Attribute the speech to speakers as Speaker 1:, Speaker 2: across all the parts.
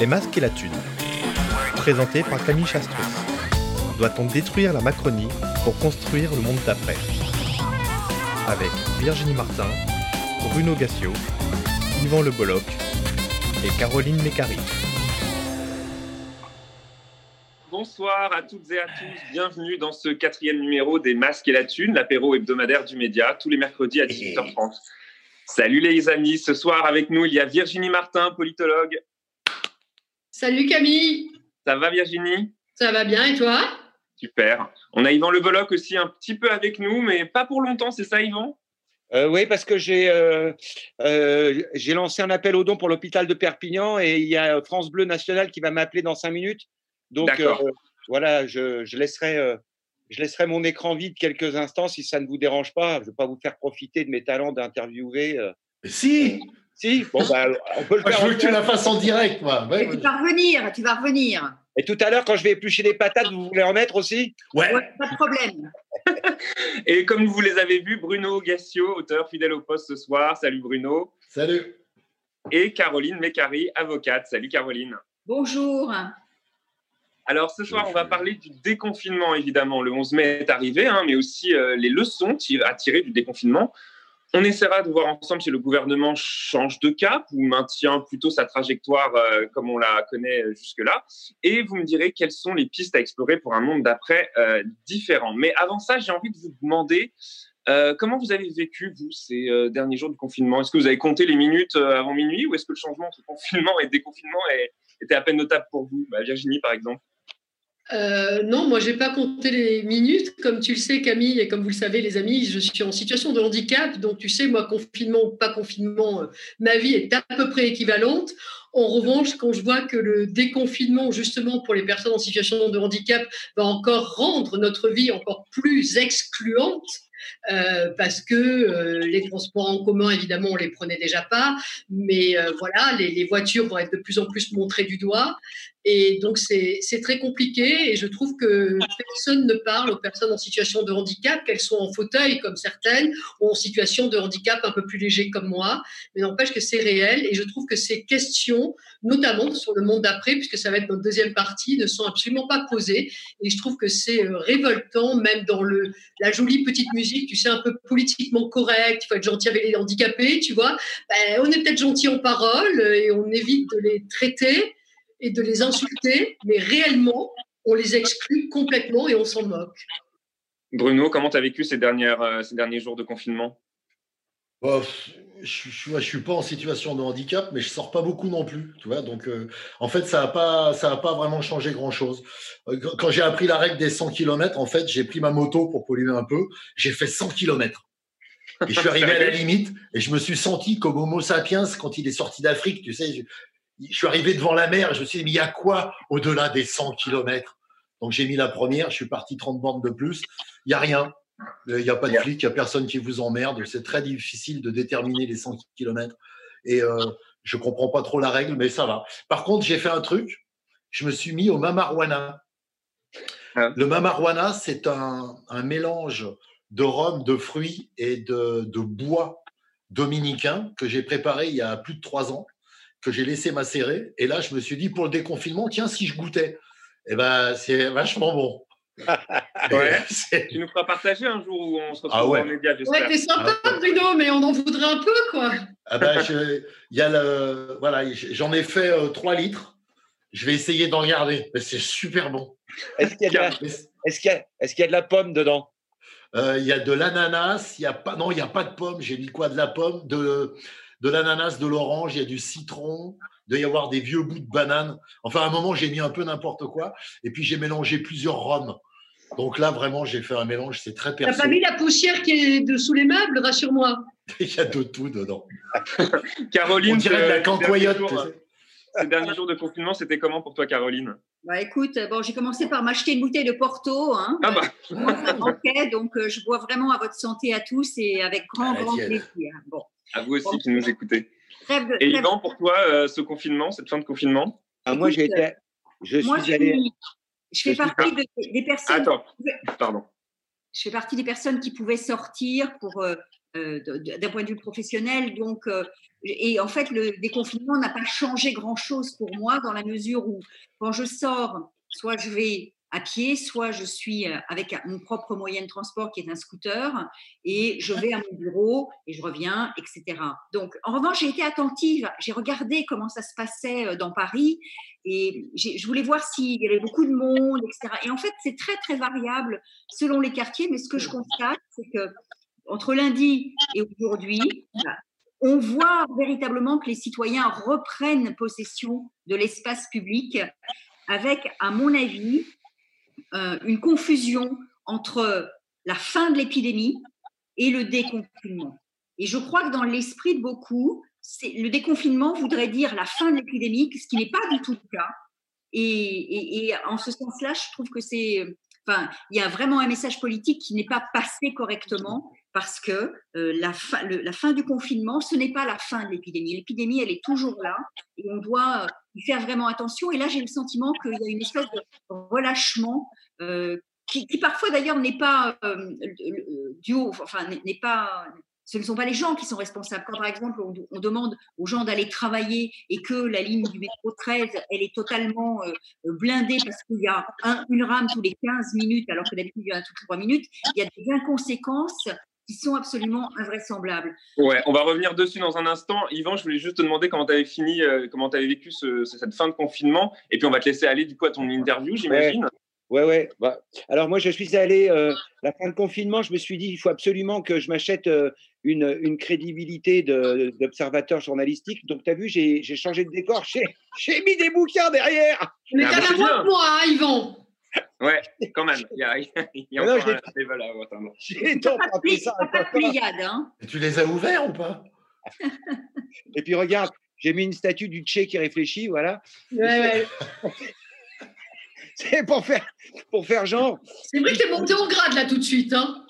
Speaker 1: Les masques et la thune. Présenté par Camille Chastrou. Doit-on détruire la Macronie pour construire le monde d'après? Avec Virginie Martin, Bruno Gassio, Yvan Le Bolloc et Caroline Mécari.
Speaker 2: Bonsoir à toutes et à tous, bienvenue dans ce 4e numéro des Masques et la Thune, l'apéro hebdomadaire du média, tous les mercredis à 18h30. Salut les amis, ce soir avec nous il y a Virginie Martin, politologue.
Speaker 3: Salut Camille.
Speaker 2: Ça va Virginie?
Speaker 3: Ça va bien et toi?
Speaker 2: Super. On a Yvan Le Bolloc aussi un petit peu avec nous, mais pas pour longtemps, c'est ça Yvan?
Speaker 4: Oui, parce que j'ai lancé un appel aux dons pour l'hôpital de Perpignan et il y a France Bleu National qui va m'appeler dans 5 minutes. Donc voilà, je laisserai mon écran vide quelques instants si ça ne vous dérange pas. Je ne vais pas vous faire profiter de mes talents d'interviewer.
Speaker 5: Mais si
Speaker 4: bon, on peut le faire.
Speaker 5: Je veux que tu la fasses en direct, moi.
Speaker 6: Ouais, tu vas revenir.
Speaker 4: Et tout à l'heure, quand je vais éplucher les patates, vous voulez en mettre aussi?
Speaker 6: Ouais, pas de problème.
Speaker 2: Et comme vous les avez vus, Bruno Gassio, auteur fidèle au poste ce soir. Salut Bruno.
Speaker 5: Salut.
Speaker 2: Et Caroline Mécari, avocate. Salut Caroline.
Speaker 6: Bonjour.
Speaker 2: Alors ce soir, on va parler du déconfinement, évidemment. Le 11 mai est arrivé, mais aussi les leçons à tirer du déconfinement. On essaiera de voir ensemble si le gouvernement change de cap ou maintient plutôt sa trajectoire comme on la connaît jusque-là. Et vous me direz quelles sont les pistes à explorer pour un monde d'après différent. Mais avant ça, j'ai envie de vous demander comment vous avez vécu, vous, ces derniers jours du confinement. Est-ce que vous avez compté les minutes avant minuit ou est-ce que le changement entre confinement et déconfinement était à peine notable pour vous? Virginie, par exemple.
Speaker 3: Non, moi, je n'ai pas compté les minutes. Comme tu le sais, Camille, et comme vous le savez, les amis, je suis en situation de handicap. Donc, tu sais, moi, confinement ou pas confinement, ma vie est à peu près équivalente. En revanche, quand je vois que le déconfinement, justement, pour les personnes en situation de handicap, va encore rendre notre vie encore plus excluante, parce que les transports en commun, évidemment, on les prenait déjà pas, mais voilà, les voitures vont être de plus en plus montrées du doigt. Et donc, c'est très compliqué et je trouve que personne ne parle aux personnes en situation de handicap, qu'elles soient en fauteuil comme certaines ou en situation de handicap un peu plus léger comme moi, mais n'empêche que c'est réel et je trouve que ces questions, notamment sur le monde d'après, puisque ça va être notre deuxième partie, ne sont absolument pas posées et je trouve que c'est révoltant, même dans la jolie petite musique, tu sais, un peu politiquement correct, il faut être gentil avec les handicapés, tu vois, on est peut-être gentil en parole et on évite de les traiter et de les insulter, mais réellement, on les exclut complètement et on s'en moque.
Speaker 2: Bruno, comment tu as vécu ces derniers jours de confinement?
Speaker 5: Je suis pas en situation de handicap, mais je sors pas beaucoup non plus, tu vois. Donc, en fait, ça a pas vraiment changé grand-chose. Quand j'ai appris la règle des 100 km, en fait, j'ai pris ma moto pour polluer un peu. J'ai fait 100 km. Et je suis arrivé à la limite et je me suis senti comme Homo sapiens quand il est sorti d'Afrique, tu sais. Je suis arrivé devant la mer et je me suis dit, mais il y a quoi au-delà des 100 km? Donc, j'ai mis la première, je suis parti 30 bornes de plus. Il n'y a rien. Il n'y a pas de flic, il n'y a personne qui vous emmerde. C'est très difficile de déterminer les 100 km. Et je ne comprends pas trop la règle, mais ça va. Par contre, j'ai fait un truc. Je me suis mis au mamajuana. Le mamajuana, c'est un mélange de rhum, de fruits et de bois dominicain que j'ai préparé il y a plus de 3 ans, que j'ai laissé macérer. Et là, je me suis dit, pour le déconfinement, tiens, si je goûtais, c'est vachement bon.
Speaker 2: Ouais. Tu nous feras partager un jour où on se retrouve en média, j'espère.
Speaker 3: Ouais, t'es sympa, Bruno, mais on en voudrait un peu, quoi.
Speaker 5: J'en ai fait 3 litres. Je vais essayer d'en garder. Mais c'est super bon.
Speaker 4: Est-ce qu'il y a de la pomme dedans?
Speaker 5: Il y a de l'ananas. Il n'y a pas de pomme. J'ai mis quoi? De la pomme, de l'ananas, de l'orange, il y a du citron, il doit y avoir des vieux bouts de banane. Enfin, à un moment, j'ai mis un peu n'importe quoi. Et puis, j'ai mélangé plusieurs rhums. Donc là, vraiment, j'ai fait un mélange, c'est très perso.
Speaker 3: T'as pas mis la poussière qui est dessous les meubles, rassure-moi.
Speaker 5: Il y a de tout dedans.
Speaker 2: Caroline,
Speaker 5: on dirait de la cancoyote.
Speaker 2: Ces derniers jours de confinement, c'était comment pour toi, Caroline?
Speaker 6: Écoute, j'ai commencé par m'acheter une bouteille de Porto. Moi, ça manquait, donc je bois vraiment à votre santé à tous et avec grand plaisir. Bon.
Speaker 2: À vous aussi qui nous écoutez. Et Yvan, pour toi, ce confinement, cette fin de confinement?
Speaker 4: Moi, je
Speaker 6: fais partie des personnes.
Speaker 2: Attends, pardon.
Speaker 6: Je fais partie des personnes qui pouvaient sortir pour d'un point de vue professionnel. Donc, et en fait, le déconfinement n'a pas changé grand-chose pour moi dans la mesure où, quand je sors, soit je vais à pied, soit je suis avec mon propre moyen de transport qui est un scooter et je vais à mon bureau et je reviens, etc. Donc, en revanche, j'ai été attentive, j'ai regardé comment ça se passait dans Paris et je voulais voir s'il y avait beaucoup de monde, etc. Et en fait, c'est très, très variable selon les quartiers, mais ce que je constate, c'est que entre lundi et aujourd'hui, on voit véritablement que les citoyens reprennent possession de l'espace public avec, à mon avis, une confusion entre la fin de l'épidémie et le déconfinement. Et je crois que dans l'esprit de beaucoup, le déconfinement voudrait dire la fin de l'épidémie, ce qui n'est pas du tout le cas. Et en ce sens-là, je trouve que il y a vraiment un message politique qui n'est pas passé correctement parce que la fin du confinement, ce n'est pas la fin de l'épidémie. L'épidémie, elle est toujours là et on doit y faire vraiment attention. Et là, j'ai le sentiment qu'il y a une espèce de relâchement qui parfois d'ailleurs n'est pas ce ne sont pas les gens qui sont responsables. Quand, par exemple, on demande aux gens d'aller travailler et que la ligne du métro 13, elle est totalement blindée parce qu'il y a une rame tous les 15 minutes, alors que d'habitude, il y en a toutes les 3 minutes, il y a des inconséquences qui sont absolument invraisemblables.
Speaker 2: Ouais, on va revenir dessus dans un instant. Yvan, je voulais juste te demander comment tu avais vécu cette fin de confinement. Et puis, on va te laisser aller du coup à ton interview, j'imagine.
Speaker 4: Ouais. Alors, moi, je suis allé, la fin de confinement, je me suis dit, il faut absolument que je m'achète une crédibilité d'observateur journalistique. Donc, tu as vu, j'ai changé de décor. J'ai mis des bouquins derrière.
Speaker 3: Mais t'as la voix de moi, hein, Yvan.
Speaker 2: Ouais, quand même. Il y a encore un level à atteindre.
Speaker 6: J'ai pas de Pléiade, hein.
Speaker 5: Et tu les as ouverts ou pas?
Speaker 4: Et puis, regarde, j'ai mis une statue du Tché qui réfléchit, voilà.
Speaker 3: Ouais.
Speaker 4: C'est pour faire genre.
Speaker 3: C'est vrai que t'es monté en grade là tout de suite, hein.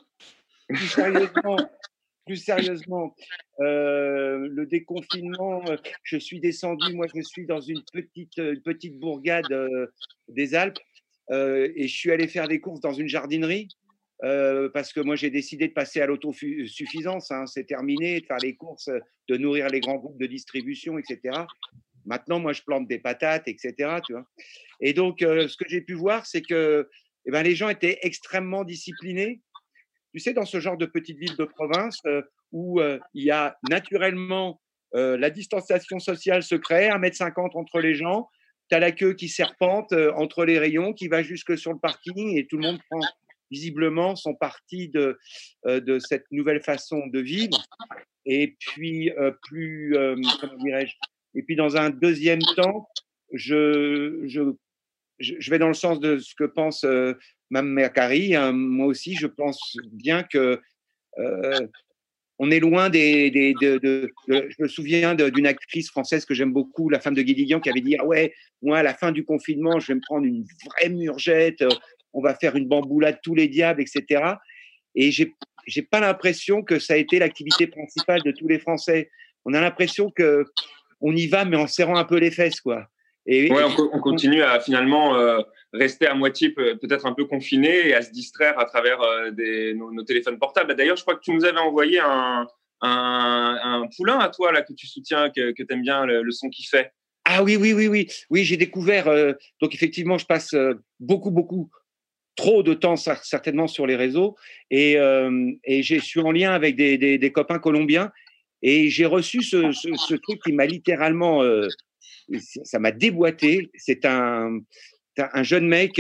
Speaker 4: Plus sérieusement, le déconfinement, je suis descendu, moi je suis dans une petite bourgade des Alpes et je suis allé faire des courses dans une jardinerie parce que moi j'ai décidé de passer à l'autosuffisance, hein, c'est terminé, de faire les courses, de nourrir les grands groupes de distribution, etc. Maintenant, moi je plante des patates, etc. Tu vois. Et donc, ce que j'ai pu voir, c'est que les gens étaient extrêmement disciplinés. Tu sais, dans ce genre de petite ville de province où il y a naturellement la distanciation sociale se crée, 1,50 m entre les gens, tu as la queue qui serpente entre les rayons, qui va jusque sur le parking et tout le monde prend visiblement son parti de cette nouvelle façon de vivre. Et puis, comment dirais-je, et puis dans un deuxième temps, je vais dans le sens de ce que pense Mme Mercari. Hein. Moi aussi, je pense bien que on est loin je me souviens d'une actrice française que j'aime beaucoup, la femme de Guédiguian, qui avait dit « Ah ouais, moi, à la fin du confinement, je vais me prendre une vraie murgette, on va faire une bamboulade tous les diables, etc. » Et j'ai pas l'impression que ça a été l'activité principale de tous les Français. On a l'impression qu'on y va, mais en serrant un peu les fesses, quoi.
Speaker 2: On continue à finalement rester à moitié peut-être un peu confiné et à se distraire à travers nos téléphones portables. D'ailleurs, je crois que tu nous avais envoyé un poulain à toi là que tu soutiens, que tu aimes bien le son qu'il fait.
Speaker 4: Ah oui, j'ai découvert. Donc effectivement, je passe beaucoup trop de temps certainement sur les réseaux et je suis en lien avec des copains colombiens et j'ai reçu ce truc qui m'a littéralement ça m'a déboîté. C'est un jeune mec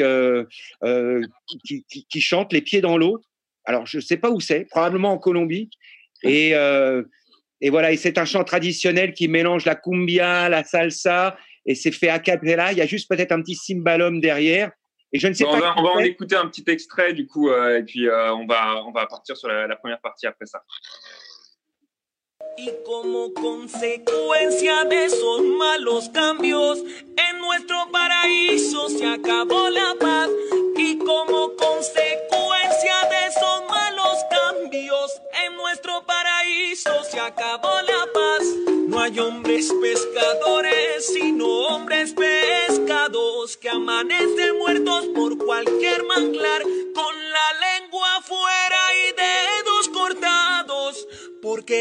Speaker 4: qui chante les pieds dans l'eau. Alors, je ne sais pas où c'est, probablement en Colombie. Et voilà, et c'est un chant traditionnel qui mélange la cumbia, la salsa, et c'est fait a cappella. Il y a juste peut-être un petit cymbalum derrière. Et je ne sais pas.
Speaker 2: On va en écouter un petit extrait, du coup, et puis on va partir sur la première partie après ça.
Speaker 7: Y como consecuencia de esos malos cambios, en nuestro paraíso se acabó la paz. Y como consecuencia de esos malos cambios, en nuestro paraíso se acabó la paz. No hay hombres pescadores, sino hombres pescados que amanecen muertos por cualquier manglar, con la lengua afuera y dedos cortados.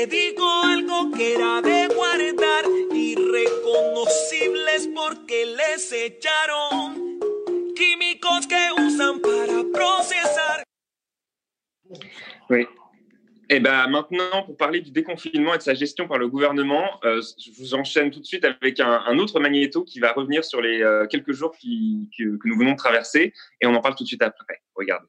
Speaker 7: digo algo que era de guardar, irreconocibles porque les echaron químicos que usan para procesar.
Speaker 2: Oui. Et ben maintenant, pour parler du déconfinement et de sa gestion par le gouvernement, je vous enchaîne tout de suite avec un autre magnéto qui va revenir sur les quelques jours que nous venons de traverser, et on en parle tout de suite après. Regardez.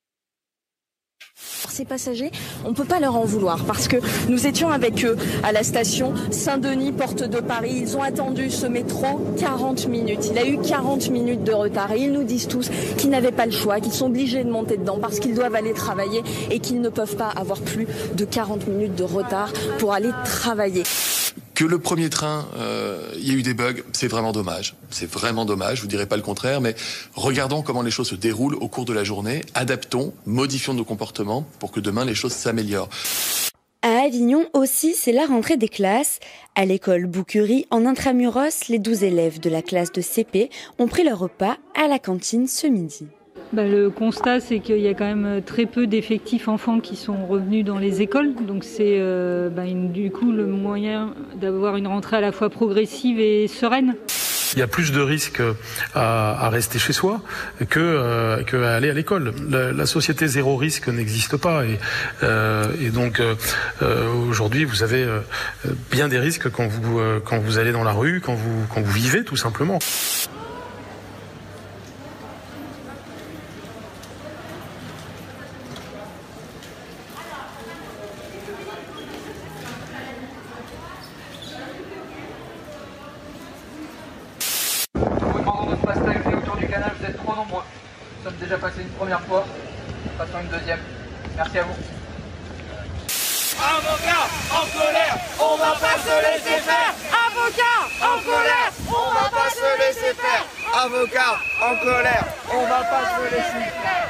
Speaker 8: Ces passagers, on ne peut pas leur en vouloir parce que nous étions avec eux à la station Saint-Denis, porte de Paris. Ils ont attendu ce métro 40 minutes. Il a eu 40 minutes de retard et ils nous disent tous qu'ils n'avaient pas le choix, qu'ils sont obligés de monter dedans parce qu'ils doivent aller travailler et qu'ils ne peuvent pas avoir plus de 40 minutes de retard pour aller travailler.
Speaker 9: Que le premier train, il y a eu des bugs, c'est vraiment dommage. C'est vraiment dommage, je vous dirai pas le contraire, mais regardons comment les choses se déroulent au cours de la journée, adaptons, modifions nos comportements pour que demain les choses s'améliorent.
Speaker 10: À Avignon aussi, c'est la rentrée des classes. À l'école Boucurie, en Intramuros, les 12 élèves de la classe de CP ont pris leur repas à la cantine ce midi.
Speaker 11: Le constat, c'est qu'il y a quand même très peu d'effectifs enfants qui sont revenus dans les écoles. Donc c'est du coup le moyen d'avoir une rentrée à la fois progressive et sereine.
Speaker 12: Il y a plus de risques à rester chez soi qu'à aller à l'école. La société zéro risque n'existe pas. Et donc aujourd'hui, vous avez bien des risques quand vous allez dans la rue, quand vous vivez tout simplement.
Speaker 13: Vous êtes trop nombreux. Nous sommes déjà passés une première fois. Passons une deuxième. Merci à vous.
Speaker 7: Avocats en colère, on va pas se laisser faire. Avocats en colère, on va pas se laisser faire.
Speaker 14: Avocats en colère, on va pas se laisser faire.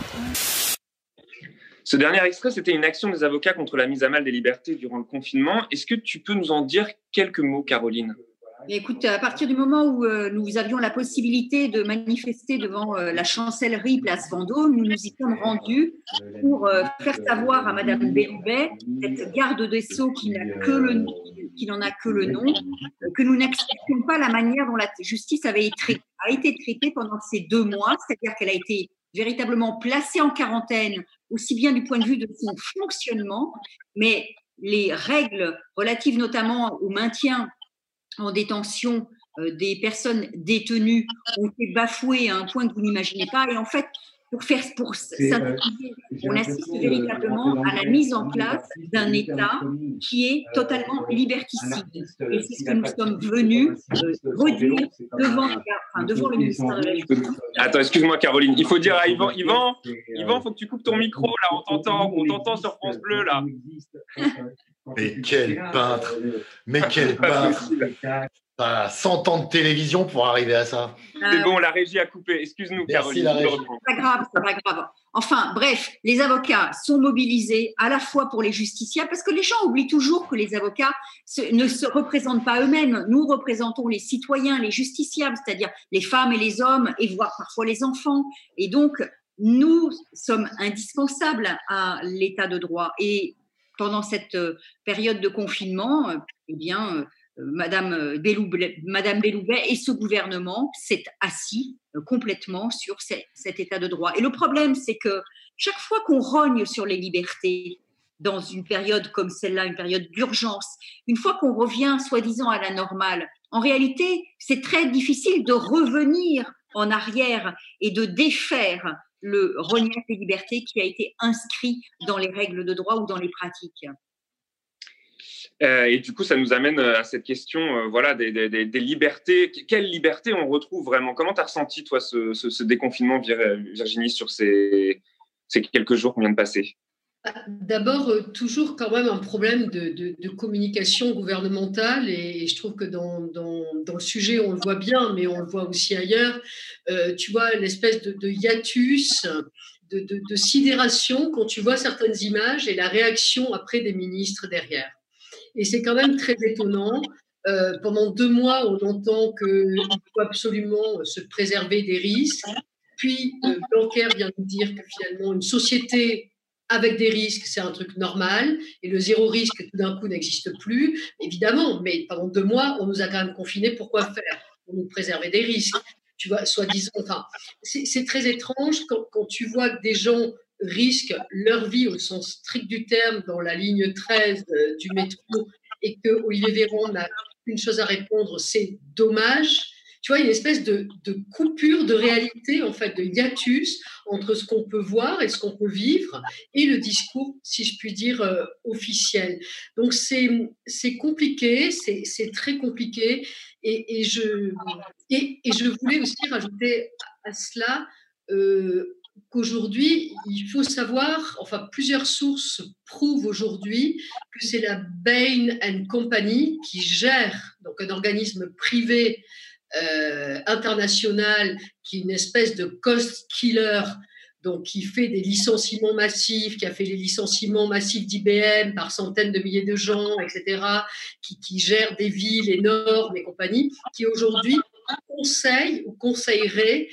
Speaker 2: Ce dernier extrait, c'était une action des avocats contre la mise à mal des libertés durant le confinement. Est-ce que tu peux nous en dire quelques mots, Caroline ?
Speaker 6: Écoute, à partir du moment où nous avions la possibilité de manifester devant la chancellerie Place Vendôme, nous nous y sommes rendus pour faire savoir à Madame Belloubet, cette garde des Sceaux qui n'en a que le nom, que nous n'acceptions pas la manière dont la justice a été traitée pendant ces 2 mois, c'est-à-dire qu'elle a été véritablement placée en quarantaine, aussi bien du point de vue de son fonctionnement, mais les règles relatives notamment au maintien en détention des personnes détenues ont été bafouées à un point que vous n'imaginez pas. Et en fait, pour synthétiser, on assiste véritablement à la mise en place d'un État qui est totalement liberticide. Et c'est ce que nous sommes venus redire devant le ministère de la Justice.
Speaker 2: Attends, excuse-moi Caroline, il faut dire à Yvan, faut que tu coupes ton micro là, on t'entend sur France Bleu là.
Speaker 5: Mais quel peintre! Mais quel peintre! 100 ans de télévision pour arriver à ça.
Speaker 2: C'est bon, la régie a coupé. Excuse-nous, Caroline.
Speaker 6: C'est pas grave. Enfin, bref, les avocats sont mobilisés à la fois pour les justiciables, parce que les gens oublient toujours que les avocats ne se représentent pas eux-mêmes. Nous représentons les citoyens, les justiciables, c'est-à-dire les femmes et les hommes, et voire parfois les enfants. Et donc, nous sommes indispensables à l'état de droit. Et pendant cette période de confinement, Madame Belloubet et ce gouvernement s'est assis complètement sur cet état de droit. Et le problème, c'est que chaque fois qu'on rogne sur les libertés dans une période comme celle-là, une période d'urgence, une fois qu'on revient soi-disant à la normale, en réalité, c'est très difficile de revenir en arrière et de défaire le rognage des libertés qui a été inscrit dans les règles de droit ou dans les pratiques.
Speaker 2: Et du coup, ça nous amène à cette question des libertés. Quelle liberté on retrouve vraiment? Comment tu as ressenti, toi, ce déconfinement, Virginie, sur ces quelques jours qu'on vient de passer?
Speaker 3: D'abord, toujours quand même un problème de communication gouvernementale, et je trouve que dans le sujet, on le voit bien, mais on le voit aussi ailleurs. Tu vois, l'espèce de hiatus, de sidération quand tu vois certaines images et la réaction après des ministres derrière. Et c'est quand même très étonnant. Pendant 2 mois, on entend qu'il faut absolument se préserver des risques. Puis, Blanquer vient nous dire que finalement, une société avec des risques, c'est un truc normal, et le zéro risque, tout d'un coup, n'existe plus, évidemment, mais pendant 2 mois, on nous a quand même confinés, pourquoi faire? Pour nous préserver des risques, tu vois, soi-disant, enfin, c'est très étrange quand tu vois que des gens risquent leur vie au sens strict du terme dans la ligne 13 du métro, et que Olivier Véran n'a qu'une chose à répondre, c'est dommage. Tu vois, une espèce de coupure de réalité, en fait, de hiatus entre ce qu'on peut voir et ce qu'on peut vivre et le discours, si je puis dire, officiel. Donc, c'est compliqué, c'est très compliqué. Et je voulais aussi rajouter à cela qu'aujourd'hui, il faut savoir, enfin, plusieurs sources prouvent aujourd'hui que c'est la Bain & Company qui gère, donc un organisme privé international qui est une espèce de cost killer, donc qui fait des licenciements massifs, qui a fait les licenciements massifs d'IBM par centaines de milliers de gens, etc., qui gère des villes énormes et compagnie, qui aujourd'hui conseille ou conseillerait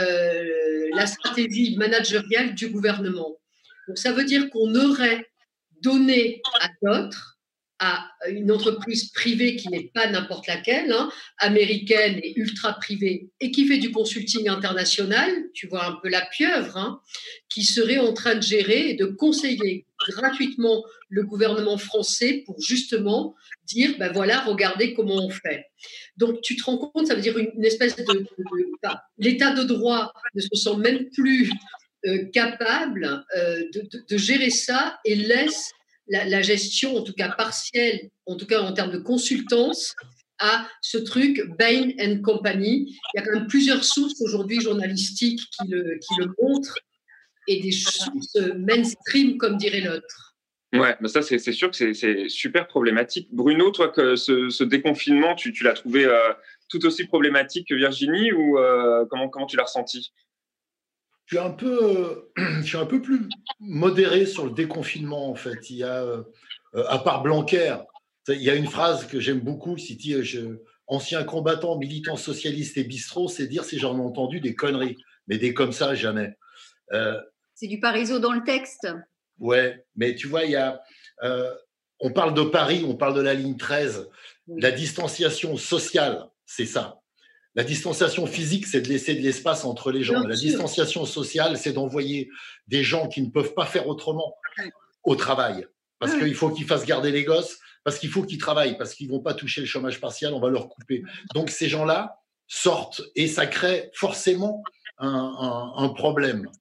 Speaker 3: la stratégie managériale du gouvernement. Donc ça veut dire qu'on aurait donné à d'autres, à une entreprise privée qui n'est pas n'importe laquelle, américaine et ultra privée, et qui fait du consulting international, tu vois un peu la pieuvre, qui serait en train de gérer et de conseiller gratuitement le gouvernement français pour justement dire, ben voilà, regardez comment on fait. Donc tu te rends compte, ça veut dire une espèce l'état de droit ne se sent même plus capable de gérer ça et laisse la gestion, en tout cas partielle, en tout cas en termes de consultance, à ce truc Bain & Company. Il y a quand même plusieurs sources aujourd'hui journalistiques qui le montrent et des sources mainstream, comme dirait l'autre.
Speaker 2: Ouais, mais ça, c'est sûr que c'est super problématique. Bruno, toi, que ce déconfinement, tu l'as trouvé tout aussi problématique que Virginie ou comment tu l'as ressenti?
Speaker 5: Je suis un peu plus modéré sur le déconfinement, en fait. Il y a, à part Blanquer, il y a une phrase que j'aime beaucoup, qui dit ancien combattant, militant socialiste et bistrot, c'est dire si j'en ai entendu des conneries, mais des comme ça, jamais.
Speaker 6: C'est du Parisot dans le texte.
Speaker 5: Ouais, mais tu vois, il y a, on parle de Paris, on parle de la ligne 13, la distanciation sociale, c'est ça. La distanciation physique, c'est de laisser de l'espace entre les gens. La distanciation sociale, c'est d'envoyer des gens qui ne peuvent pas faire autrement au travail. Parce qu'il faut qu'ils fassent garder les gosses, parce qu'il faut qu'ils travaillent, parce qu'ils ne vont pas toucher le chômage partiel, on va leur couper. Donc, ces gens-là sortent et ça crée forcément un problème.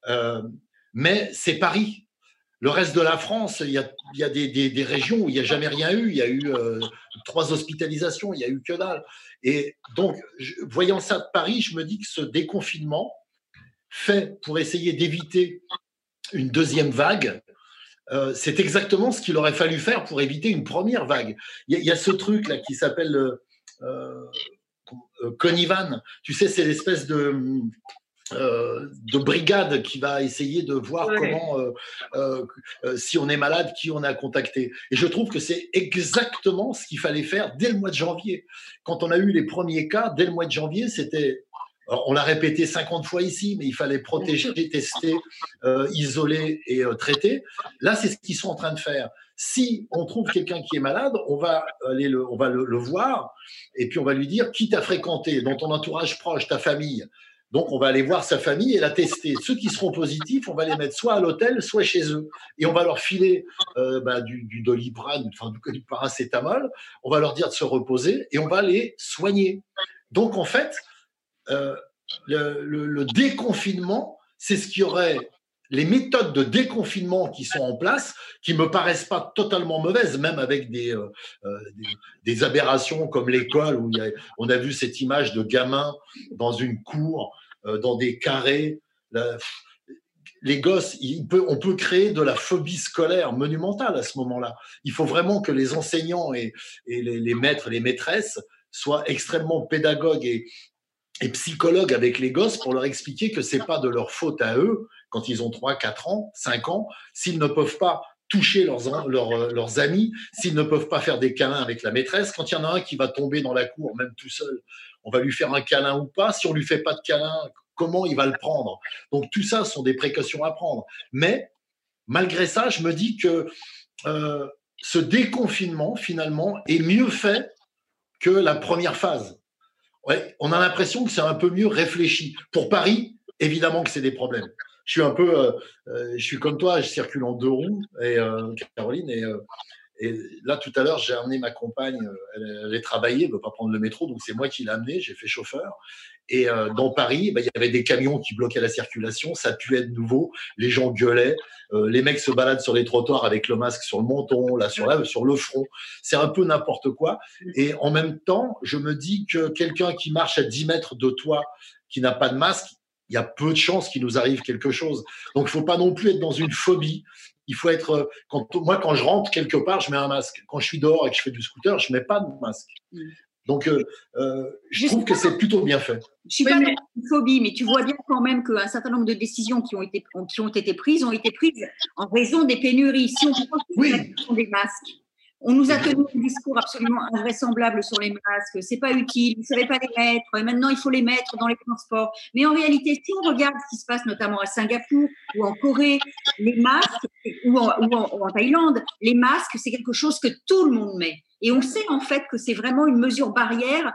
Speaker 5: Mais c'est Paris. Le reste de la France, il y a des régions où il n'y a jamais rien eu. Il y a eu 3 hospitalisations, il n'y a eu que dalle. Et donc, voyant ça de Paris, je me dis que ce déconfinement fait pour essayer d'éviter une deuxième vague, c'est exactement ce qu'il aurait fallu faire pour éviter une première vague. Il y a ce truc-là qui s'appelle Conivan. Tu sais, c'est l'espèce de brigade qui va essayer de voir comment, si on est malade, qui on a contacté. Et je trouve que c'est exactement ce qu'il fallait faire dès le mois de janvier. Quand on a eu les premiers cas, dès le mois de janvier, c'était... Alors, on l'a répété 50 fois ici, mais il fallait protéger, tester, isoler et traiter. Là, c'est ce qu'ils sont en train de faire. Si on trouve quelqu'un qui est malade, on va le voir et puis on va lui dire qui t'a fréquenté, dans ton entourage proche, ta famille. Donc, on va aller voir sa famille et la tester. Ceux qui seront positifs, on va les mettre soit à l'hôtel, soit chez eux. Et on va leur filer du Doliprane, enfin du paracétamol. On va leur dire de se reposer et on va les soigner. Donc, en fait, le déconfinement, c'est ce qui aurait... Les méthodes de déconfinement qui sont en place, qui me paraissent pas totalement mauvaises, même avec des aberrations comme l'école, où on a vu cette image de gamins dans une cour, dans des carrés. Les gosses, on peut créer de la phobie scolaire monumentale à ce moment-là. Il faut vraiment que les enseignants et les maîtres, les maîtresses soient extrêmement pédagogues et psychologues avec les gosses pour leur expliquer que c'est pas de leur faute à eux quand ils ont 3, 4 ans, 5 ans, s'ils ne peuvent pas toucher leurs amis, s'ils ne peuvent pas faire des câlins avec la maîtresse. Quand il y en a un qui va tomber dans la cour, même tout seul, on va lui faire un câlin ou pas. Si on lui fait pas de câlin, comment il va le prendre? Donc tout ça sont des précautions à prendre. Mais malgré ça, je me dis que ce déconfinement, finalement, est mieux fait que la première phase. Ouais, on a l'impression que c'est un peu mieux réfléchi. Pour Paris, évidemment que c'est des problèmes. Je suis comme toi, je circule en 2 roues, Caroline, et là, tout à l'heure, j'ai amené ma compagne, elle allait travailler, elle ne veut pas prendre le métro, donc c'est moi qui l'ai amenée, j'ai fait chauffeur. Et dans Paris, il y avait des camions qui bloquaient la circulation, ça puait de nouveau, les gens gueulaient, les mecs se baladent sur les trottoirs avec le masque sur le menton, là, sur le front, c'est un peu n'importe quoi. Et en même temps, je me dis que quelqu'un qui marche à 10 mètres de toi, qui n'a pas de masque, il y a peu de chances qu'il nous arrive quelque chose. Donc, il ne faut pas non plus être dans une phobie. Il faut être. Moi, quand je rentre quelque part, je mets un masque. Quand je suis dehors et que je fais du scooter, je ne mets pas de masque. Donc, je trouve que c'est plutôt bien fait.
Speaker 6: Je ne suis pas dans une phobie, mais tu vois bien quand même qu'un certain nombre de décisions qui ont été prises ont été prises en raison des pénuries. Si on prend la question des masques, on nous a tenu un discours absolument invraisemblable sur les masques. C'est pas utile, vous ne savez pas les mettre. Et maintenant, il faut les mettre dans les transports. Mais en réalité, si on regarde ce qui se passe notamment à Singapour ou en Corée, les masques, ou en Thaïlande, les masques, c'est quelque chose que tout le monde met. Et on sait en fait que c'est vraiment une mesure barrière,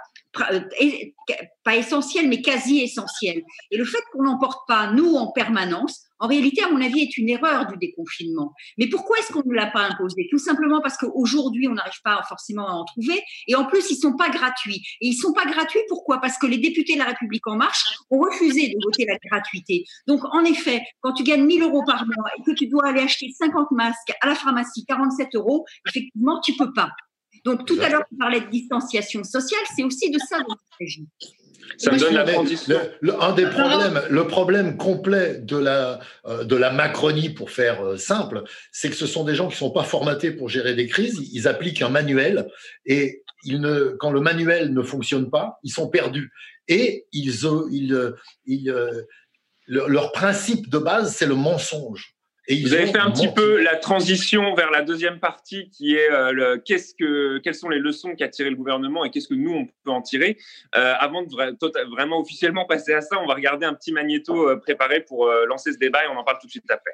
Speaker 6: pas essentielle, mais quasi essentielle. Et le fait qu'on n'en porte pas, nous, en permanence, en réalité, à mon avis, est une erreur du déconfinement. Mais pourquoi est-ce qu'on ne l'a pas imposé? Tout simplement parce qu'aujourd'hui, on n'arrive pas forcément à en trouver. Et en plus, ils ne sont pas gratuits. Et ils ne sont pas gratuits, pourquoi? Parce que les députés de La République En Marche ont refusé de voter la gratuité. Donc, en effet, quand tu gagnes 1 000 € par mois et que tu dois aller acheter 50 masques à la pharmacie, 47 €, effectivement, tu ne peux pas. Donc, tout à l'heure, tu parlais de distanciation sociale, c'est aussi de ça dont il s'agit.
Speaker 2: Ça me donne la transition.
Speaker 5: Le problème complet de la Macronie, pour faire simple, c'est que ce sont des gens qui ne sont pas formatés pour gérer des crises. Ils appliquent un manuel et quand le manuel ne fonctionne pas, ils sont perdus. Et leur principe de base, c'est le mensonge.
Speaker 2: Vous avez fait un petit peu la transition vers la deuxième partie qui est quelles sont les leçons qu'a tiré le gouvernement et qu'est-ce que nous, on peut en tirer. Avant de vraiment officiellement passer à ça, on va regarder un petit magnéto préparé pour lancer ce débat et on en parle tout de suite après.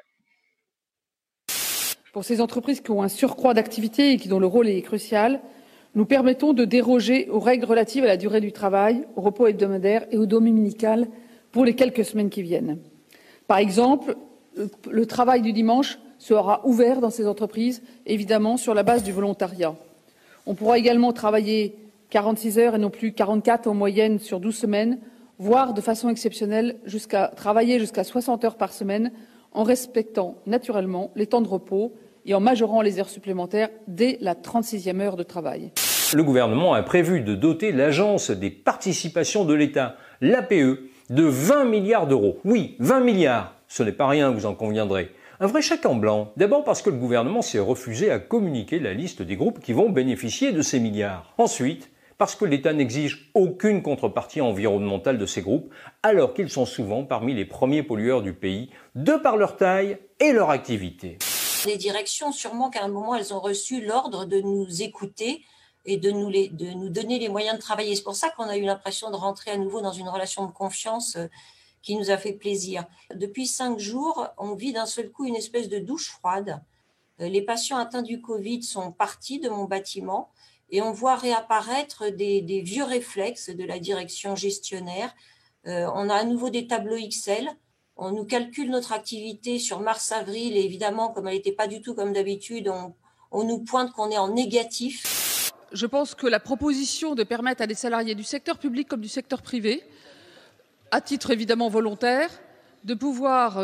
Speaker 15: Pour ces entreprises qui ont un surcroît d'activité et dont le rôle est crucial, nous permettons de déroger aux règles relatives à la durée du travail, au repos hebdomadaire et au dominical pour les quelques semaines qui viennent. Par exemple, le travail du dimanche sera ouvert dans ces entreprises, évidemment sur la base du volontariat. On pourra également travailler 46 heures et non plus 44 en moyenne sur 12 semaines, voire de façon exceptionnelle travailler jusqu'à 60 heures par semaine en respectant naturellement les temps de repos et en majorant les heures supplémentaires dès la 36e heure de travail.
Speaker 16: Le gouvernement a prévu de doter l'Agence des participations de l'État, l'APE, de 20 milliards d'euros. Oui, 20 milliards. Ce n'est pas rien, vous en conviendrez. Un vrai chèque en blanc. D'abord parce que le gouvernement s'est refusé à communiquer la liste des groupes qui vont bénéficier de ces milliards. Ensuite, parce que l'État n'exige aucune contrepartie environnementale de ces groupes, alors qu'ils sont souvent parmi les premiers pollueurs du pays, de par leur taille et leur activité.
Speaker 17: Les directions, sûrement qu'à un moment, elles ont reçu l'ordre de nous écouter et de nous donner les moyens de travailler. C'est pour ça qu'on a eu l'impression de rentrer à nouveau dans une relation de confiance qui nous a fait plaisir. Depuis 5 jours, on vit d'un seul coup une espèce de douche froide. Les patients atteints du Covid sont partis de mon bâtiment et on voit réapparaître des vieux réflexes de la direction gestionnaire. On a à nouveau des tableaux Excel. On nous calcule notre activité sur mars-avril et évidemment, comme elle n'était pas du tout comme d'habitude, on nous pointe qu'on est en négatif.
Speaker 15: Je pense que la proposition de permettre à des salariés du secteur public comme du secteur privé, à titre évidemment volontaire, de pouvoir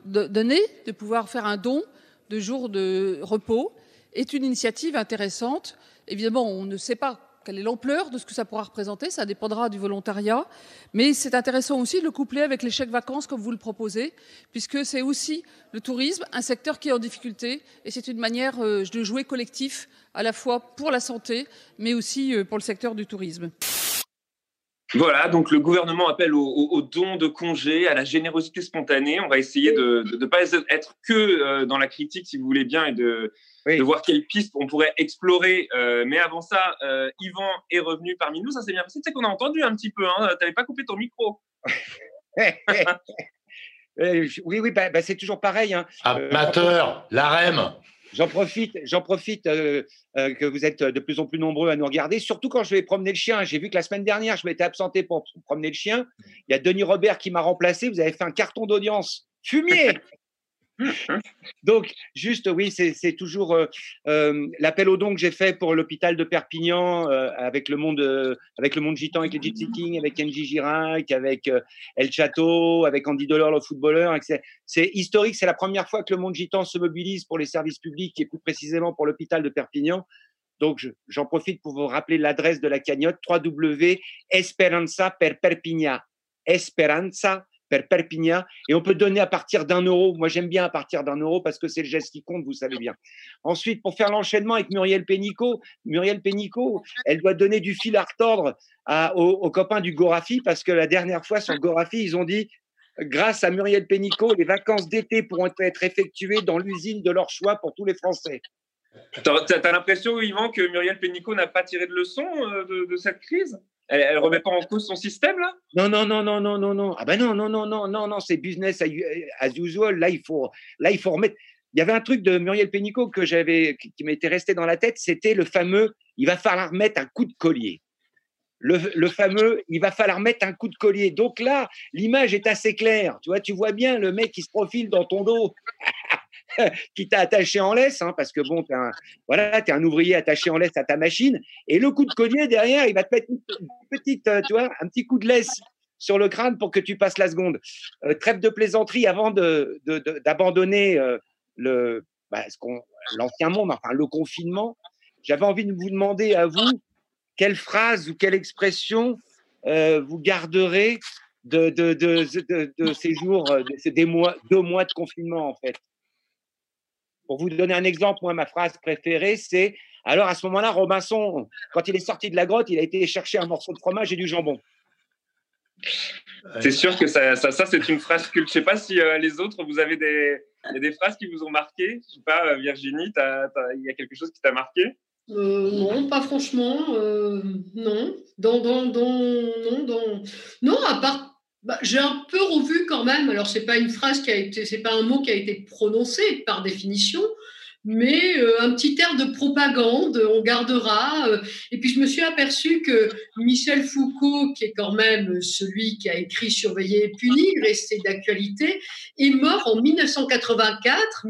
Speaker 15: de pouvoir faire un don de jours de repos est une initiative intéressante. Évidemment, on ne sait pas quelle est l'ampleur de ce que ça pourra représenter, ça dépendra du volontariat, mais c'est intéressant aussi de le coupler avec les chèques vacances comme vous le proposez, puisque c'est aussi le tourisme, un secteur qui est en difficulté, et c'est une manière de jouer collectif, à la fois pour la santé, mais aussi pour le secteur du tourisme.
Speaker 2: Voilà, donc le gouvernement appelle au don de congés, à la générosité spontanée. On va essayer de ne pas être que dans la critique, si vous voulez bien, et de voir quelles pistes on pourrait explorer. Mais avant ça, Yvan est revenu parmi nous. Ça s'est bien passé. Tu sais qu'on a entendu un petit peu. Hein, tu n'avais pas coupé ton micro.
Speaker 4: Oui, c'est toujours pareil. Hein.
Speaker 5: Amateur, l'AREM.
Speaker 4: J'en profite que vous êtes de plus en plus nombreux à nous regarder, surtout quand je vais promener le chien. J'ai vu que la semaine dernière, je m'étais absenté pour promener le chien. Il y a Denis Robert qui m'a remplacé. Vous avez fait un carton d'audience. Fumier. Donc, juste, oui, c'est toujours l'appel aux dons que j'ai fait pour l'hôpital de Perpignan avec le monde gitan, avec les Gypsy Kings, avec Kenji Girac, avec El Chateau, avec Andy Delors, le footballeur. C'est historique, c'est la première fois que le monde gitan se mobilise pour les services publics et plus précisément pour l'hôpital de Perpignan. Donc, j'en profite pour vous rappeler l'adresse de la cagnotte, www.esperanza per Perpignan. Esperanza per Perpignan, et on peut donner à partir d'€1. Moi, j'aime bien à partir d'€1 parce que c'est le geste qui compte, vous savez bien. Ensuite, pour faire l'enchaînement avec Muriel Pénicaud, elle doit donner du fil à retordre aux copains du Gorafi, parce que la dernière fois, sur Gorafi, ils ont dit, grâce à Muriel Pénicaud, les vacances d'été pourront être effectuées dans l'usine de leur choix pour tous les Français.
Speaker 2: T'as l'impression, Yvan, que Muriel Pénicaud n'a pas tiré de leçon de cette crise ? Elle remet pas en cause son système, là ?
Speaker 4: Non. Ah ben non, c'est business as usual. Là, il faut remettre. Il y avait un truc de Muriel Pénicaud qui m'était resté dans la tête, c'était le fameux « il va falloir mettre un coup de collier ». Le fameux « il va falloir mettre un coup de collier ». Donc là, l'image est assez claire. Tu vois bien le mec qui se profile dans ton dos. Qui t'a attaché en laisse, hein, parce que bon, t'es un ouvrier attaché en laisse à ta machine, et le coup de collier derrière, il va te mettre une petite, un petit coup de laisse sur le crâne pour que tu passes la seconde. Trêve de plaisanterie avant d'abandonner l'ancien monde, enfin le confinement. J'avais envie de vous demander à vous quelle phrase ou quelle expression vous garderez de ces jours, de ces 2 mois de confinement en fait. Pour vous donner un exemple, moi, ma phrase préférée, c'est « Alors, à ce moment-là, Robinson, quand il est sorti de la grotte, il a été chercher un morceau de fromage et du jambon. »
Speaker 2: C'est sûr que ça c'est une phrase culte. Je ne sais pas si les autres, vous avez des phrases qui vous ont marqué. Je ne sais pas, Virginie, il y a quelque chose qui t'a marqué ?
Speaker 3: Non, pas franchement. Non. Non, à part... j'ai un peu revu quand même, alors c'est pas un mot qui a été prononcé par définition, mais un petit air de propagande, on gardera. Et puis je me suis aperçue que Michel Foucault, qui est quand même celui qui a écrit Surveiller et punir, resté d'actualité, est mort en 1984,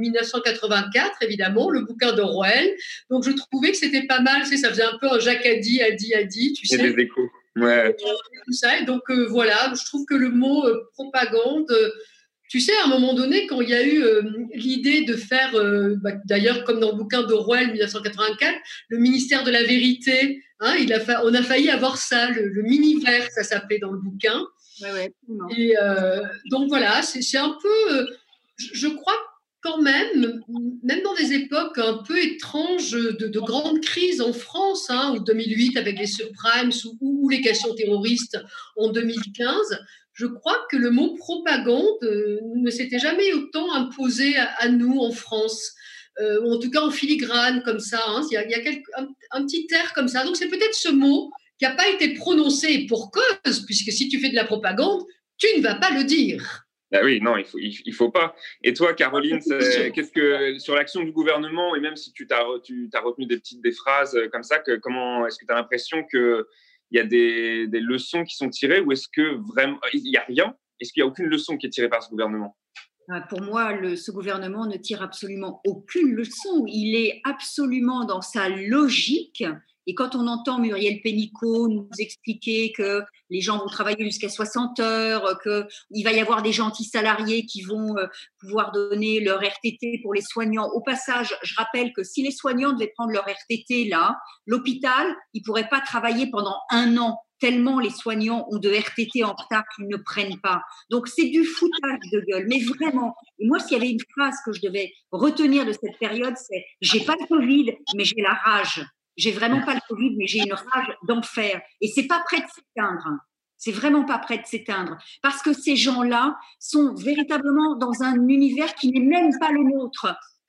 Speaker 3: évidemment, le bouquin d'Orwell. Donc je trouvais que c'était pas mal, ça faisait un peu un Jacques a dit, tu sais.
Speaker 2: Et des échos. Ouais.
Speaker 3: Tout ça. Et donc voilà, je trouve que le mot propagande, tu sais, à un moment donné, quand il y a eu l'idée de faire, d'ailleurs comme dans le bouquin d'Orwell 1984, le ministère de la vérité, hein, on a failli avoir ça, le mini-vert, ça s'appelait dans le bouquin.
Speaker 6: Ouais,
Speaker 3: et donc voilà, c'est un peu, je crois quand même dans des époques un peu étranges de grandes crises en France, hein, ou 2008 avec les subprimes ou les questions terroristes en 2015, je crois que le mot propagande ne s'était jamais autant imposé à nous en France, ou en tout cas en filigrane comme ça. Hein. Il y a un petit air comme ça. Donc c'est peut-être ce mot qui n'a pas été prononcé pour cause, puisque si tu fais de la propagande, tu ne vas pas le dire.
Speaker 2: Ah oui, non, il faut pas. Et toi, Caroline, qu'est-ce que sur l'action du gouvernement, et même si tu t'as retenu des phrases comme ça, comment est-ce que tu as l'impression qu'il y a des leçons qui sont tirées, ou est-ce que vraiment il n'y a rien ? Est-ce qu'il n'y a aucune leçon qui est tirée par ce gouvernement ?
Speaker 6: Pour moi, ce gouvernement ne tire absolument aucune leçon. Il est absolument dans sa logique. Et quand on entend Muriel Pénicaud nous expliquer que les gens vont travailler jusqu'à 60 heures, qu'il va y avoir des gentils salariés qui vont pouvoir donner leur RTT pour les soignants. Au passage, je rappelle que si les soignants devaient prendre leur RTT là, l'hôpital, il ne pourrait pas travailler pendant 1 an, tellement les soignants ont de RTT en retard qu'ils ne prennent pas. Donc, c'est du foutage de gueule, mais vraiment. Et moi, s'il y avait une phrase que je devais retenir de cette période, c'est « J'ai pas le Covid, mais j'ai la rage ». J'ai vraiment pas le Covid, mais j'ai une rage d'enfer. Et c'est pas prêt de s'éteindre. C'est vraiment pas prêt de s'éteindre. Parce que ces gens-là sont véritablement dans un univers qui n'est même pas le nôtre.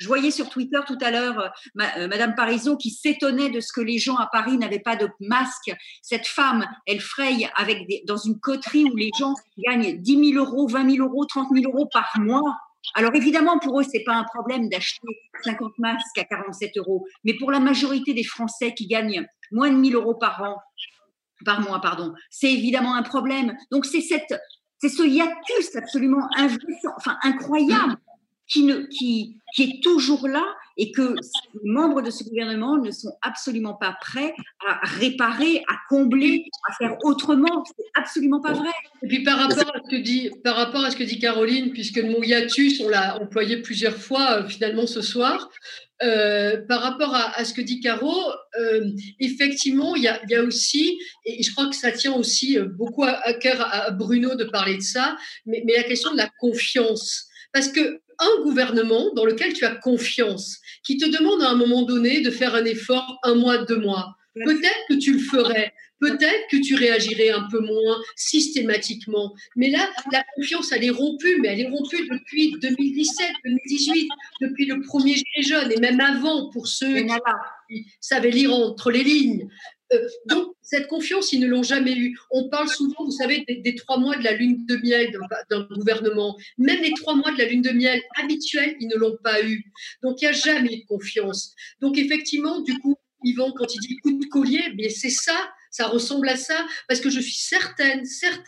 Speaker 6: Je voyais sur Twitter tout à l'heure Madame Parizeau qui s'étonnait de ce que les gens à Paris n'avaient pas de masque. Cette femme, elle fraye dans une coterie où les gens gagnent 10 000 euros, 20 000 euros, 30 000 euros par mois. Alors évidemment, pour eux, c'est pas un problème d'acheter 50 masques à 47 euros. Mais pour la majorité des Français qui gagnent moins de 1 000 euros par mois, c'est évidemment un problème. Donc c'est ce hiatus absolument incroyable qui est toujours là et que les membres de ce gouvernement ne sont absolument pas prêts à réparer, à combler, à faire autrement. C'est absolument pas vrai.
Speaker 3: Et puis par rapport à ce que dit Caroline, puisque le mot hiatus, on l'a employé plusieurs fois finalement ce soir, par rapport à ce que dit Caro, effectivement, il y a aussi, et je crois que ça tient aussi beaucoup à cœur à Bruno de parler de ça, mais la question de la confiance. Parce que un gouvernement dans lequel tu as confiance, qui te demande à un moment donné de faire un effort 1 mois, 2 mois, peut-être que tu le ferais, peut-être que tu réagirais un peu moins systématiquement. Mais là, la confiance, elle est rompue, mais elle est rompue depuis 2017, 2018, depuis le premier Gilets jaunes, et même avant, pour ceux qui savaient lire entre les lignes. Donc, cette confiance, ils ne l'ont jamais eue. On parle souvent, vous savez, des 3 mois de la lune de miel d'un gouvernement. Même les 3 mois de la lune de miel habituelle, ils ne l'ont pas eu. Donc, il n'y a jamais de confiance. Donc, effectivement, du coup, Yvan, quand il dit coup de collier, bien c'est ça ressemble à ça, parce que je suis certaine.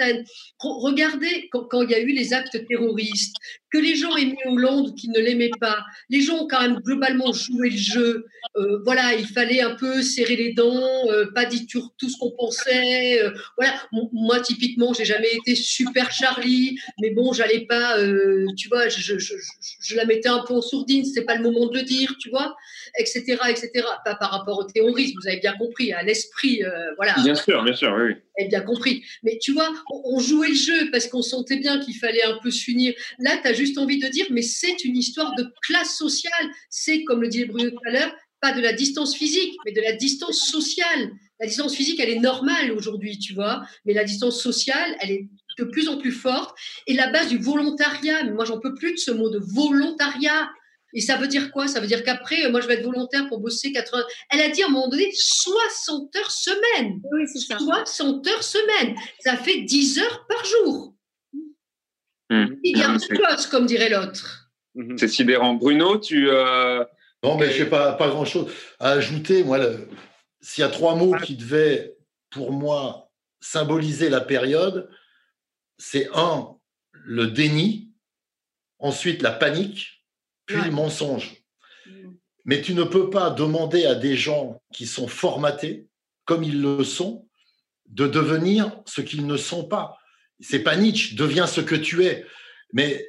Speaker 3: Regardez quand il y a eu les actes terroristes, que les gens aimaient Hollande ou qu'ils ne l'aimaient pas, les gens ont quand même globalement joué le jeu. Voilà, il fallait un peu serrer les dents, pas dire tout ce qu'on pensait. Voilà, moi typiquement, j'ai jamais été super Charlie, mais bon, j'allais pas, tu vois, je la mettais un peu en sourdine, c'est pas le moment de le dire, tu vois, etc. Pas par rapport au terrorisme, vous avez bien compris, à l'esprit, voilà.
Speaker 2: Bien sûr, oui. Vous
Speaker 3: avez bien compris. Mais tu vois, on jouait le jeu parce qu'on sentait bien qu'il fallait un peu s'unir. Là, tu as juste envie de dire, mais c'est une histoire de classe sociale. C'est, comme le disait Bruno tout à l'heure, pas de la distance physique, mais de la distance sociale. La distance physique, elle est normale aujourd'hui, tu vois, mais la distance sociale, elle est de plus en plus forte. Et la base du volontariat, mais moi, j'en peux plus de ce mot de volontariat. Et ça veut dire quoi? Ça veut dire qu'après, moi, je vais être volontaire pour bosser 80... Elle a dit à un moment donné 60 heures semaine.
Speaker 6: Oui, c'est ça.
Speaker 3: 60 heures semaine. Ça fait 10 heures par jour. Il y a un poste, comme dirait l'autre.
Speaker 2: C'est sidérant. Bruno, tu...
Speaker 5: Non, mais je n'ai pas grand-chose à ajouter. Moi, s'il y a 3 mots qui devaient, pour moi, symboliser la période, c'est 1, le déni, ensuite la panique, puis le mensonge. Mais tu ne peux pas demander à des gens qui sont formatés, comme ils le sont, de devenir ce qu'ils ne sont pas. C'est pas Nietzsche, deviens ce que tu es. Mais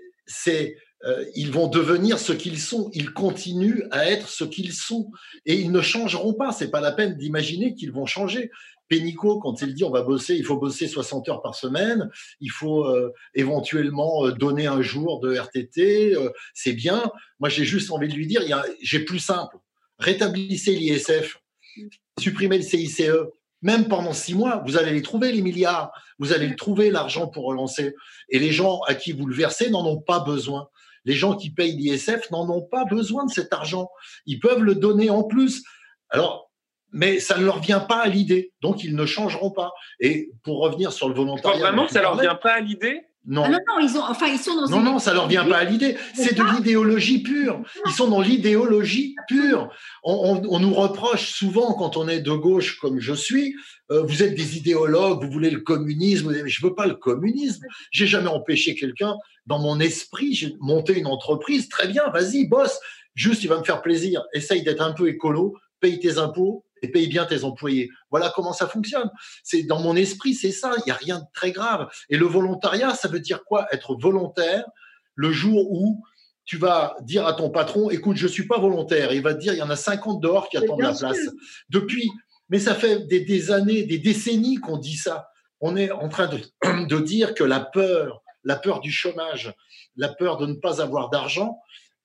Speaker 5: ils vont devenir ce qu'ils sont. Ils continuent à être ce qu'ils sont. Et ils ne changeront pas. C'est pas la peine d'imaginer qu'ils vont changer. Pénicaud, quand il dit il faut bosser 60 heures par semaine, il faut éventuellement donner un jour de RTT, c'est bien. Moi, j'ai juste envie de lui dire, j'ai plus simple. Rétablissez l'ISF, supprimez le CICE. Même pendant 6 mois, vous allez les trouver, les milliards. Vous allez trouver l'argent pour relancer. Et les gens à qui vous le versez n'en ont pas besoin. Les gens qui payent l'ISF n'en ont pas besoin de cet argent. Ils peuvent le donner en plus. Alors, mais ça ne leur vient pas à l'idée, donc ils ne changeront pas. Et pour revenir sur le volontariat…
Speaker 2: Vraiment, ça ne leur vient pas à l'idée ?
Speaker 5: Non.
Speaker 6: Ah non, ils sont dans
Speaker 5: Non, ça leur vient pas à l'idée. C'est de l'idéologie pure. Ils sont dans l'idéologie pure. On nous reproche souvent, quand on est de gauche comme je suis, vous êtes des idéologues, vous voulez le communisme. Mais je veux pas le communisme. J'ai jamais empêché quelqu'un, dans mon esprit, j'ai monté une entreprise. Très bien, vas-y, bosse. Juste, il va me faire plaisir. Essaye d'être un peu écolo, paye tes impôts et paye bien tes employés. Voilà comment ça fonctionne. C'est dans mon esprit, c'est ça. Il n'y a rien de très grave. Et le volontariat, ça veut dire quoi? Être volontaire le jour où tu vas dire à ton patron, écoute, je suis pas volontaire. Il va te dire, il y en a 50 dehors qui attendent la place. Mais ça fait des années, des décennies qu'on dit ça. On est en train de dire que la peur du chômage, la peur de ne pas avoir d'argent,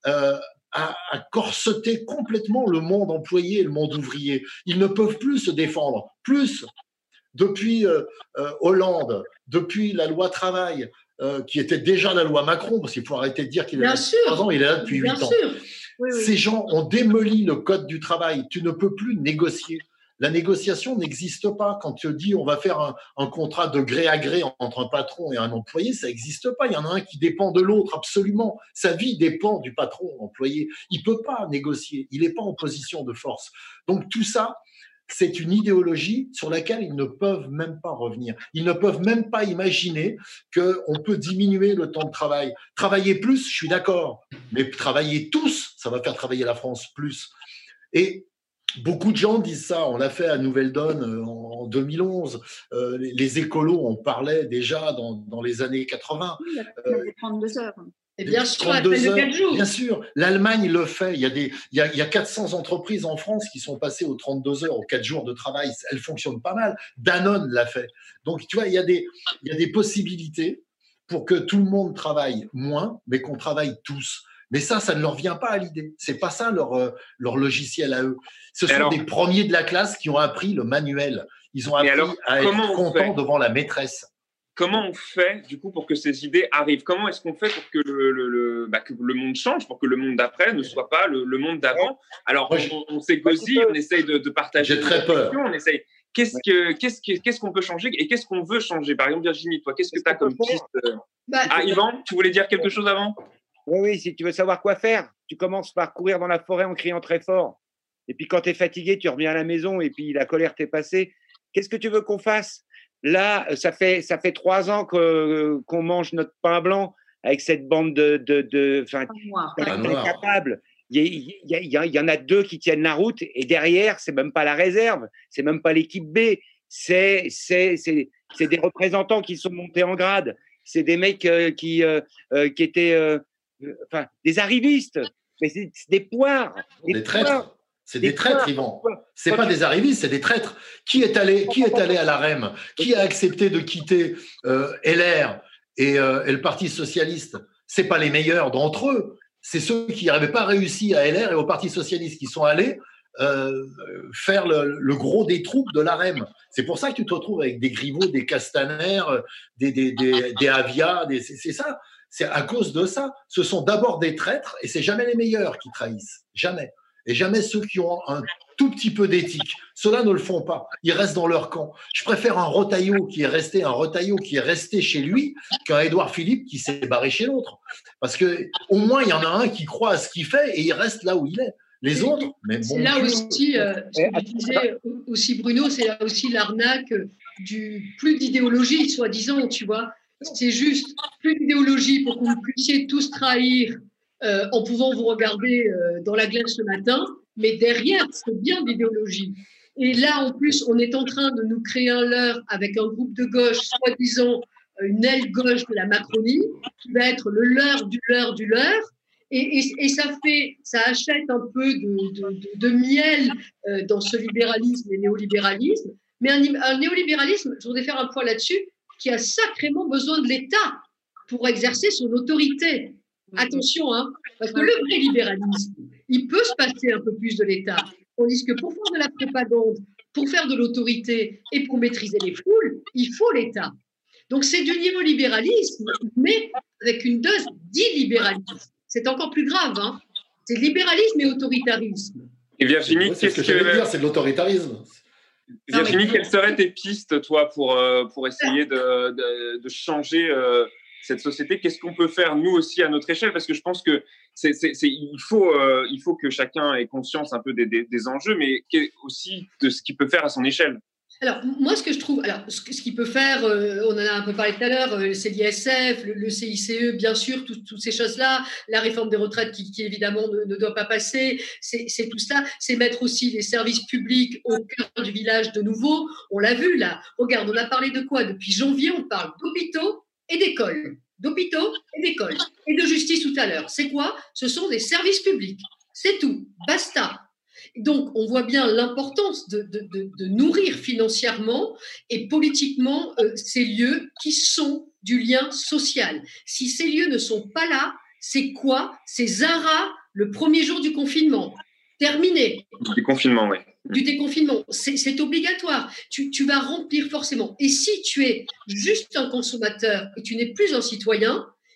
Speaker 5: à corseter complètement le monde employé et le monde ouvrier. Ils ne peuvent plus se défendre. Plus, depuis Hollande, depuis la loi travail, qui était déjà la loi Macron, parce qu'il faut arrêter de dire qu'il est là depuis 3 ans, il est là depuis 8 ans. Ces gens ont démoli le code du travail. Tu ne peux plus négocier. La négociation n'existe pas. Quand tu dis on va faire un contrat de gré à gré entre un patron et un employé, ça n'existe pas. Il y en a un qui dépend de l'autre, absolument. Sa vie dépend du patron, employé. Il ne peut pas négocier. Il n'est pas en position de force. Donc tout ça, c'est une idéologie sur laquelle ils ne peuvent même pas revenir. Ils ne peuvent même pas imaginer qu'on peut diminuer le temps de travail. Travailler plus, je suis d'accord, mais travailler tous, ça va faire travailler la France plus. Et beaucoup de gens disent ça. On l'a fait à Nouvelle Donne en 2011. Les écolos en parlaient déjà dans les années 80.
Speaker 6: Oui, il y a 32 heures.
Speaker 3: Et bien sûr, à peine de 4 jours.
Speaker 5: Bien sûr, l'Allemagne le fait. Il y a 400 entreprises en France qui sont passées aux 32 heures, aux 4 jours de travail. Elles fonctionnent pas mal. Danone l'a fait. Donc, tu vois, il y a des possibilités pour que tout le monde travaille moins, mais qu'on travaille tous. Mais ça ne leur vient pas à l'idée. C'est pas ça leur logiciel à eux. Ce sont des premiers de la classe qui ont appris le manuel. Ils ont appris à être contents devant la maîtresse.
Speaker 2: Comment on fait, du coup, pour que ces idées arrivent? Comment est-ce qu'on fait pour que que le monde change, pour que le monde d'après ne soit pas le monde d'avant? Alors, on s'égosille, on essaye de partager.
Speaker 5: J'ai très peur.
Speaker 2: On essaye. Qu'est-ce qu'on peut changer et qu'est-ce qu'on veut changer? Par exemple, Virginie, toi, qu'est-ce que tu as comme piste? Yvan, tu voulais dire quelque chose avant?
Speaker 4: Oui, si tu veux savoir quoi faire, tu commences par courir dans la forêt en criant très fort. Et puis, quand tu es fatigué, tu reviens à la maison et puis la colère t'est passée. Qu'est-ce que tu veux qu'on fasse? Là, ça fait 3 ans qu'on mange notre pain blanc avec cette bande incapables. Il y en a 2 qui tiennent la route et derrière, c'est même pas la réserve, c'est même pas l'équipe B, c'est des représentants qui sont montés en grade, c'est des mecs qui étaient des arrivistes, mais c'est des poires,
Speaker 5: des traîtres. C'est des traîtres, Yvan. C'est pas des arrivistes, c'est des traîtres. Qui est allé à la REM? Qui a accepté de quitter LR et le Parti socialiste? C'est pas les meilleurs d'entre eux. C'est ceux qui n'avaient pas réussi à LR et au Parti socialiste qui sont allés faire le gros des troupes de la REM. C'est pour ça que tu te retrouves avec des Griveaux, des Castaner, des Avia. C'est ça. C'est à cause de ça. Ce sont d'abord des traîtres et c'est jamais les meilleurs qui trahissent. Jamais. Et jamais ceux qui ont un tout petit peu d'éthique. Ceux-là ne le font pas. Ils restent dans leur camp. Je préfère un Retailleau qui est resté chez lui qu'un Édouard Philippe qui s'est barré chez l'autre. Parce que au moins, il y en a un qui croit à ce qu'il fait et il reste là où il est. Les autres, mais bon.
Speaker 3: C'est là aussi, ce que tu disais aussi, Bruno, c'est là aussi l'arnaque du plus d'idéologie, soi-disant, tu vois. C'est juste plus d'idéologie pour que vous puissiez tous trahir en pouvant vous regarder dans la glace le matin, mais derrière, c'est bien d'idéologie. Et là, en plus, on est en train de nous créer un leurre avec un groupe de gauche, soi-disant une aile gauche de la Macronie, qui va être le leurre du leurre du leurre, et ça achète un peu de miel dans ce libéralisme et néolibéralisme, mais un néolibéralisme, je voudrais faire un point là-dessus, qui a sacrément besoin de l'État pour exercer son autorité. Attention, hein, parce que le vrai libéralisme, il peut se passer un peu plus de l'État. Tandis que pour faire de la propagande, pour faire de l'autorité et pour maîtriser les foules, il faut l'État. Donc c'est du néolibéralisme, mais avec une dose d'illibéralisme. C'est encore plus grave. Hein. C'est libéralisme et autoritarisme.
Speaker 2: Et Virginie,
Speaker 5: c'est ce que j'allais dire, c'est de l'autoritarisme.
Speaker 2: Virginie, quelles seraient tes pistes, toi, pour essayer de changer cette société? Qu'est-ce qu'on peut faire, nous aussi, à notre échelle? Parce que je pense que il faut que chacun ait conscience un peu des enjeux, mais aussi de ce qu'il peut faire à son échelle.
Speaker 3: Alors, moi, ce que je trouve, ce qu'il peut faire, on en a un peu parlé tout à l'heure, c'est l'ISF, le CICE, bien sûr, toutes ces choses-là, la réforme des retraites qui évidemment ne doit pas passer, c'est tout ça, c'est mettre aussi les services publics au cœur du village de nouveau. On l'a vu là, regarde, on a parlé de quoi? Depuis janvier, on parle d'hôpitaux et d'écoles. D'hôpitaux et d'écoles. Et de justice tout à l'heure. C'est quoi? Ce sont des services publics. C'est tout. Basta. Donc, on voit bien l'importance de nourrir financièrement et politiquement ces lieux qui sont du lien social. Si ces lieux ne sont pas là, c'est quoi? C'est Zara le premier jour du confinement. Terminé.
Speaker 2: Du déconfinement, oui.
Speaker 3: Du déconfinement. C'est obligatoire. Tu vas remplir forcément. Et si tu es juste un consommateur et tu n'es plus un citoyen,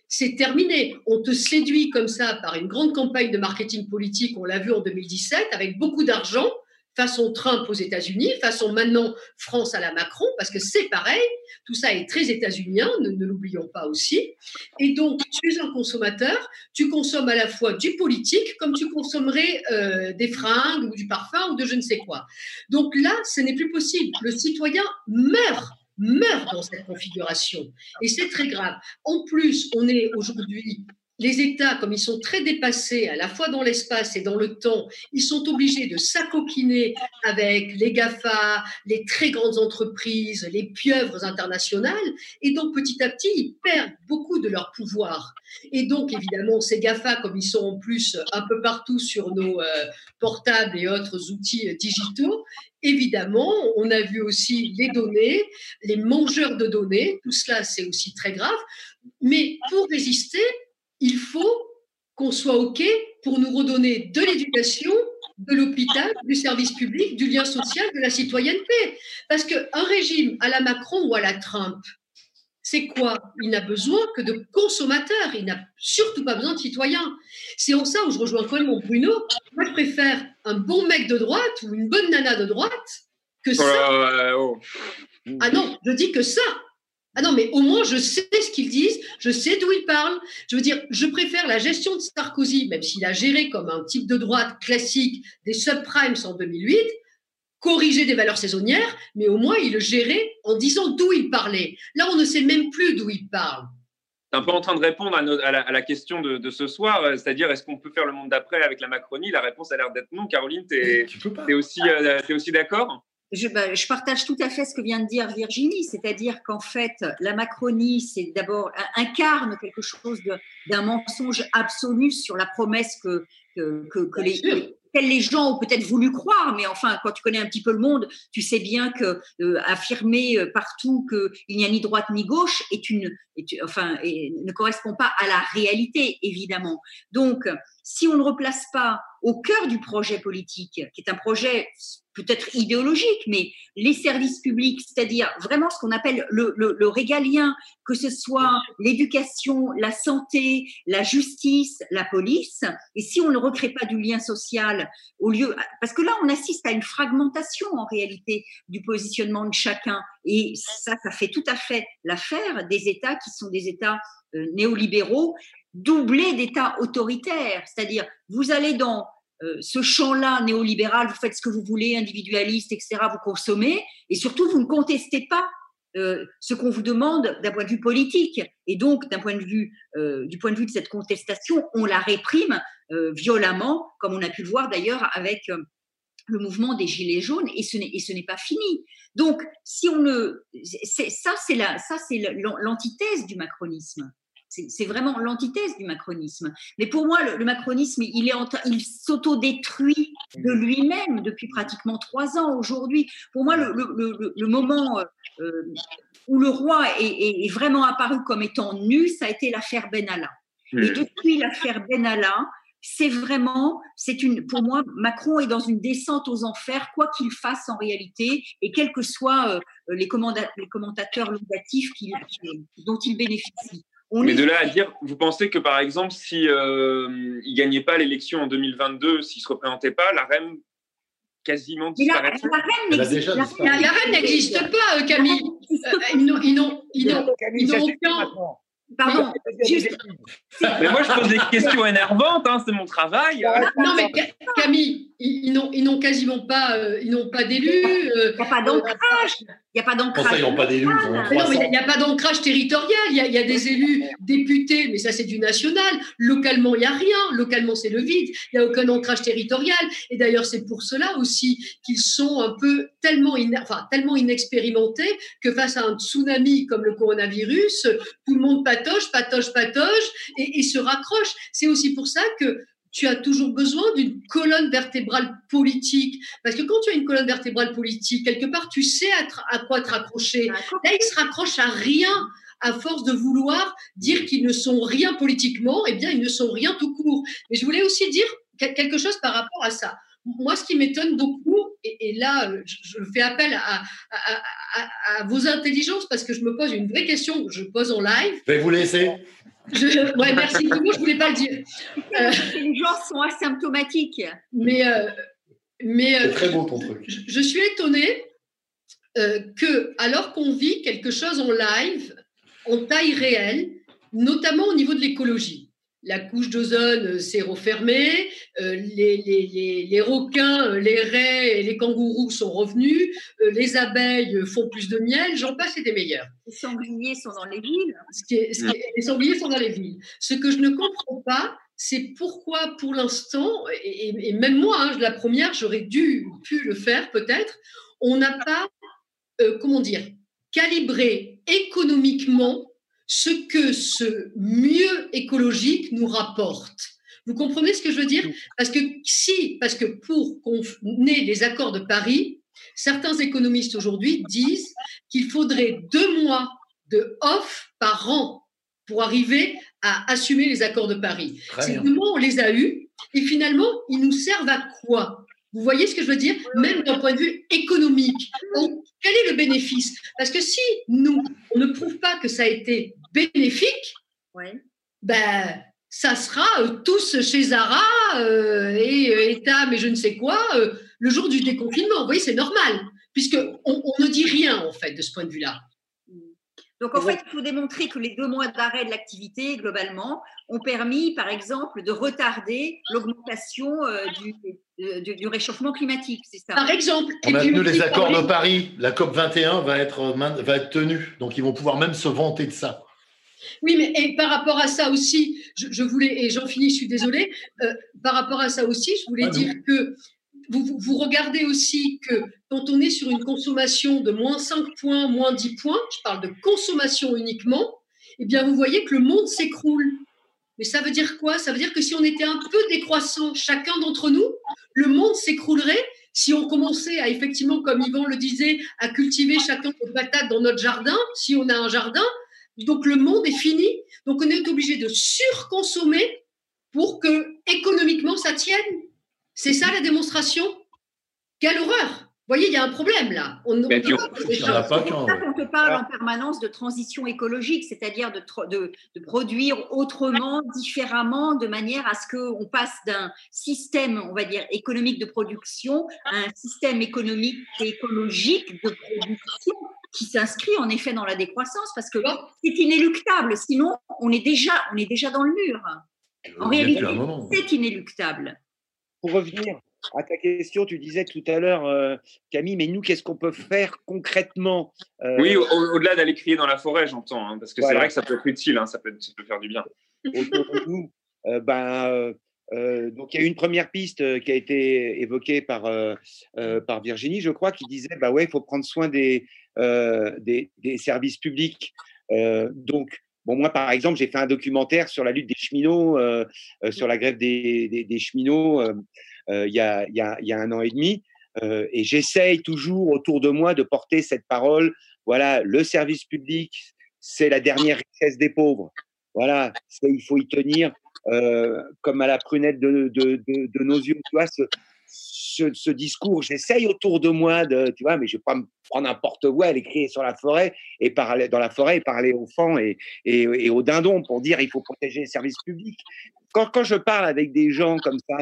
Speaker 3: c'est terminé. On te séduit comme ça par une grande campagne de marketing politique, on l'a vu en 2017, avec beaucoup d'argent, façon Trump aux États-Unis, façon maintenant France à la Macron, parce que c'est pareil, tout ça est très états-unien, ne l'oublions pas aussi. Et donc, tu es un consommateur, tu consommes à la fois du politique, comme tu consommerais des fringues ou du parfum ou de je ne sais quoi. Donc là, ce n'est plus possible. Le citoyen meurt dans cette configuration. Et c'est très grave. En plus, on est aujourd'hui... Les États, comme ils sont très dépassés à la fois dans l'espace et dans le temps, ils sont obligés de s'acoquiner avec les GAFA, les très grandes entreprises, les pieuvres internationales. Et donc, petit à petit, ils perdent beaucoup de leur pouvoir. Et donc, évidemment, ces GAFA, comme ils sont en plus un peu partout sur nos portables et autres outils digitaux, évidemment, on a vu aussi les données, les mangeurs de données. Tout cela, c'est aussi très grave. Mais pour résister, il faut qu'on soit OK pour nous redonner de l'éducation, de l'hôpital, du service public, du lien social, de la citoyenneté. Parce qu'un régime à la Macron ou à la Trump, c'est quoi? Il n'a besoin que de consommateurs, il n'a surtout pas besoin de citoyens. C'est en ça où je rejoins quand même mon Bruno. Moi, je préfère un bon mec de droite ou une bonne nana de droite que ça. Ah non, je dis que ça. Ah non, mais au moins, je sais ce qu'ils disent, je sais d'où ils parlent. Je veux dire, je préfère la gestion de Sarkozy, même s'il a géré comme un type de droite classique des subprimes en 2008, corriger des valeurs saisonnières, mais au moins, il le gérait en disant d'où il parlait. Là, on ne sait même plus d'où il parle.
Speaker 2: Tu es un peu en train de répondre à la question de ce soir, c'est-à-dire est-ce qu'on peut faire le monde d'après avec la Macronie? La réponse a l'air d'être non. Caroline, tu es aussi d'accord?
Speaker 6: Je partage tout à fait ce que vient de dire Virginie, c'est-à-dire qu'en fait, la Macronie, c'est d'abord incarne quelque chose d'un mensonge absolu sur la promesse que les gens ont peut-être voulu croire, mais enfin, quand tu connais un petit peu le monde, tu sais bien que affirmer partout qu'il n'y a ni droite ni gauche ne correspond pas à la réalité, évidemment. Donc, si on ne replace pas au cœur du projet politique, qui est un projet peut-être idéologique, mais les services publics, c'est-à-dire vraiment ce qu'on appelle le régalien, que ce soit l'éducation, la santé, la justice, la police, et si on ne recrée pas du lien social, parce que là, on assiste à une fragmentation en réalité du positionnement de chacun, et ça fait tout à fait l'affaire des États qui sont des États néolibéraux, doublés d'États autoritaires, c'est-à-dire vous allez dans ce champ-là néolibéral, vous faites ce que vous voulez, individualiste, etc., vous consommez, et surtout, vous ne contestez pas ce qu'on vous demande d'un point de vue politique. Et donc, du point de vue de cette contestation, on la réprime violemment, comme on a pu le voir d'ailleurs avec le mouvement des Gilets jaunes, et ce n'est pas fini. Donc, si on c'est l'antithèse du macronisme. C'est vraiment l'antithèse du macronisme. Mais pour moi, le macronisme, il s'autodétruit de lui-même depuis pratiquement 3 ans aujourd'hui. Pour moi, le moment où le roi est vraiment apparu comme étant nu, ça a été l'affaire Benalla. Et depuis l'affaire Benalla, pour moi, Macron est dans une descente aux enfers, quoi qu'il fasse en réalité, et quels que soient les commentateurs laudatifs dont il bénéficie.
Speaker 2: Mais de là à dire, vous pensez que par exemple, si il ne gagnait pas l'élection en 2022, s'il ne se représentait pas, la reine quasiment disparaîtrait?
Speaker 3: La reine n'existe pas, Camille. Ils n'ont aucun...
Speaker 6: Pardon.
Speaker 2: Mais moi, je pose des questions énervantes, c'est mon travail.
Speaker 3: Non, mais Camille, ils n'ont quasiment pas, ils n'ont pas d'élus.
Speaker 6: Il n'y a pas d'ancrage. Il n'y a pas d'ancrage.
Speaker 5: Ils n'ont pas d'élus.
Speaker 3: Il n'y a pas d'ancrage territorial. Il y a des élus députés, mais ça, c'est du national. Localement, il n'y a rien. Localement, c'est le vide. Il n'y a aucun ancrage territorial. Et d'ailleurs, c'est pour cela aussi qu'ils sont un peu tellement inexpérimentés que face à un tsunami comme le coronavirus, tout le monde patauge et se raccroche. C'est aussi pour ça que tu as toujours besoin d'une colonne vertébrale politique. Parce que quand tu as une colonne vertébrale politique, quelque part, tu sais à quoi te raccrocher. Là, ils se raccrochent à rien. À force de vouloir dire qu'ils ne sont rien politiquement, eh bien, ils ne sont rien tout court. Mais je voulais aussi dire quelque chose par rapport à ça. Moi, ce qui m'étonne beaucoup, et là, je fais appel à vos intelligences parce que je me pose une vraie question que je pose en live.
Speaker 5: Je vais vous laisser.
Speaker 3: Merci beaucoup, je ne voulais pas le dire.
Speaker 6: Les gens sont asymptomatiques.
Speaker 3: Mais
Speaker 5: c'est très beau ton truc.
Speaker 3: Je suis étonnée que, alors qu'on vit quelque chose en live, en taille réelle, notamment au niveau de l'écologie. La couche d'ozone s'est refermée, les requins, les raies et les kangourous sont revenus, les abeilles font plus de miel, j'en passe et des meilleurs.
Speaker 6: Les sangliers sont dans les villes.
Speaker 3: Les sangliers sont dans les villes. Ce que je ne comprends pas, c'est pourquoi, pour l'instant, et même moi, la première, j'aurais pu le faire peut-être, on n'a pas, calibré économiquement ce que ce mieux écologique nous rapporte. Vous comprenez ce que je veux dire ? Parce que pour qu'on ait les accords de Paris, certains économistes aujourd'hui disent qu'il faudrait 2 mois de off par an pour arriver à assumer les accords de Paris. Ces 2 mois, on les a eus, et finalement, ils nous servent à quoi ? Vous voyez ce que je veux dire ? Même d'un point de vue économique. Donc, quel est le bénéfice ? Parce que si nous, on ne prouve pas que ça a été bénéfique, ça sera tous chez Zara et Etam et je ne sais quoi le jour du déconfinement. Vous voyez, c'est normal, puisqu'on ne dit rien, en fait, de ce point de vue-là.
Speaker 6: Donc, en fait, il faut démontrer que les 2 mois d'arrêt de l'activité, globalement, ont permis, par exemple, de retarder l'augmentation du réchauffement climatique, c'est ça ?
Speaker 3: Par exemple.
Speaker 5: On a tenu les accords de Paris. La COP21 va être tenue. Donc, ils vont pouvoir même se vanter de ça.
Speaker 3: Oui, mais et par rapport à ça aussi, je voulais, et j'en finis, je suis désolée, par rapport à ça aussi, je voulais dire que vous regardez aussi que quand on est sur une consommation de moins 5 points, moins 10 points, je parle de consommation uniquement, eh bien, vous voyez que le monde s'écroule. Mais ça veut dire quoi ? Ça veut dire que si on était un peu décroissant, chacun d'entre nous, le monde s'écroulerait. Si on commençait à, effectivement, comme Yvan le disait, à cultiver chacun nos patates dans notre jardin, si on a un jardin, donc le monde est fini. Donc on est obligé de surconsommer pour que économiquement ça tienne. C'est ça la démonstration ? Quelle horreur ! Vous voyez, il y a un problème là. On
Speaker 6: te parle en permanence de transition écologique, c'est-à-dire de produire autrement, différemment, de manière à ce qu'on passe d'un système, on va dire, économique de production à un système économique et écologique de production qui s'inscrit en effet dans la décroissance, parce que c'est inéluctable. Sinon, on est déjà dans le mur. En réalité, c'est inéluctable.
Speaker 4: Pour revenir à ta question, tu disais tout à l'heure, Camille, mais nous, qu'est-ce qu'on peut faire concrètement ?
Speaker 2: Oui, au-delà d'aller crier dans la forêt, j'entends, parce que c'est vrai que ça peut être utile, ça peut faire du bien.
Speaker 4: Autour de nous, donc il y a une première piste qui a été évoquée par Virginie, je crois, qui disait il faut prendre soin des services publics. Donc, moi, par exemple, j'ai fait un documentaire sur la lutte des cheminots, sur la grève des cheminots il y a 1 an et demi. Et j'essaye toujours autour de moi de porter cette parole. Voilà, le service public, c'est la dernière richesse des pauvres. Voilà, il faut y tenir comme à la prunette de nos yeux. Tu vois, ce discours, j'essaye autour de moi, mais je ne vais pas me prendre n'importe où, aller crier sur la forêt et parler dans la forêt et parler aux faons et aux dindons pour dire il faut protéger les services publics. Quand je parle avec des gens comme ça,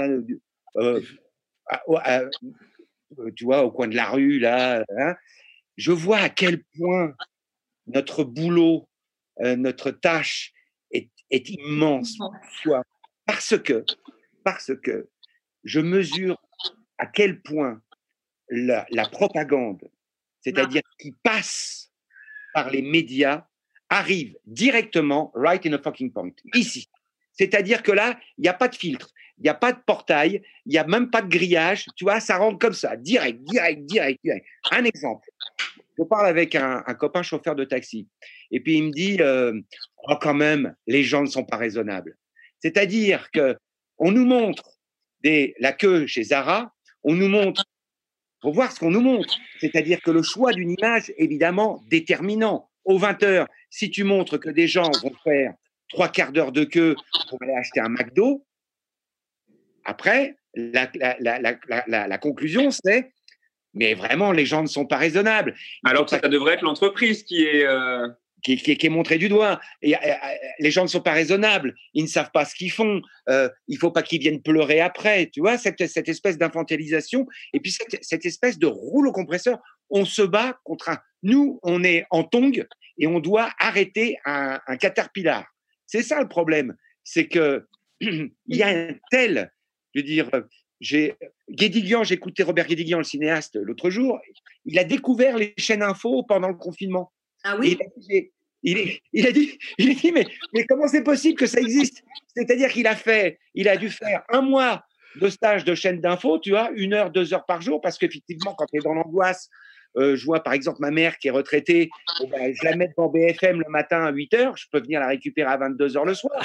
Speaker 4: tu vois, au coin de la rue, là, je vois à quel point notre boulot, notre tâche est immense. Parce que je mesure à quel point la propagande, c'est-à-dire qui passe par les médias, arrive directement right in a fucking point, ici. C'est-à-dire que là, il n'y a pas de filtre, il n'y a pas de portail, il n'y a même pas de grillage, tu vois, ça rentre comme ça, direct. Un exemple, je parle avec un copain chauffeur de taxi, et puis il me dit quand même, les gens ne sont pas raisonnables. C'est-à-dire qu'on nous montre la queue chez Zara, on nous montre, il faut voir ce qu'on nous montre, c'est-à-dire que le choix d'une image, évidemment, déterminant. Aux 20h, si tu montres que des gens vont faire 3 quarts d'heure de queue pour aller acheter un McDo, après, la conclusion, c'est mais vraiment, les gens ne sont pas raisonnables.
Speaker 2: Alors ça devrait être l'entreprise qui est…
Speaker 4: qui est montré du doigt. Et les gens ne sont pas raisonnables, ils ne savent pas ce qu'ils font. Il faut pas qu'ils viennent pleurer après, tu vois, cette espèce d'infantilisation. Et puis cette espèce de rouleau compresseur. On se bat contre nous, on est en tongs et on doit arrêter un caterpillar. C'est ça le problème, c'est que il y a un tel, je veux dire, Guédiguian, j'ai écouté Robert Guédiguian, le cinéaste, l'autre jour. Il a découvert les chaînes info pendant le confinement.
Speaker 6: Ah oui.
Speaker 4: Il a dit, mais comment c'est possible que ça existe? C'est-à-dire qu'il a dû faire 1 mois de stage de chaîne d'info, tu vois, 1 heure, 2 heures par jour, parce qu'effectivement, quand tu es dans l'angoisse, je vois par exemple ma mère qui est retraitée, je la mets dans BFM le matin à 8 heures, je peux venir la récupérer à 22 heures le soir.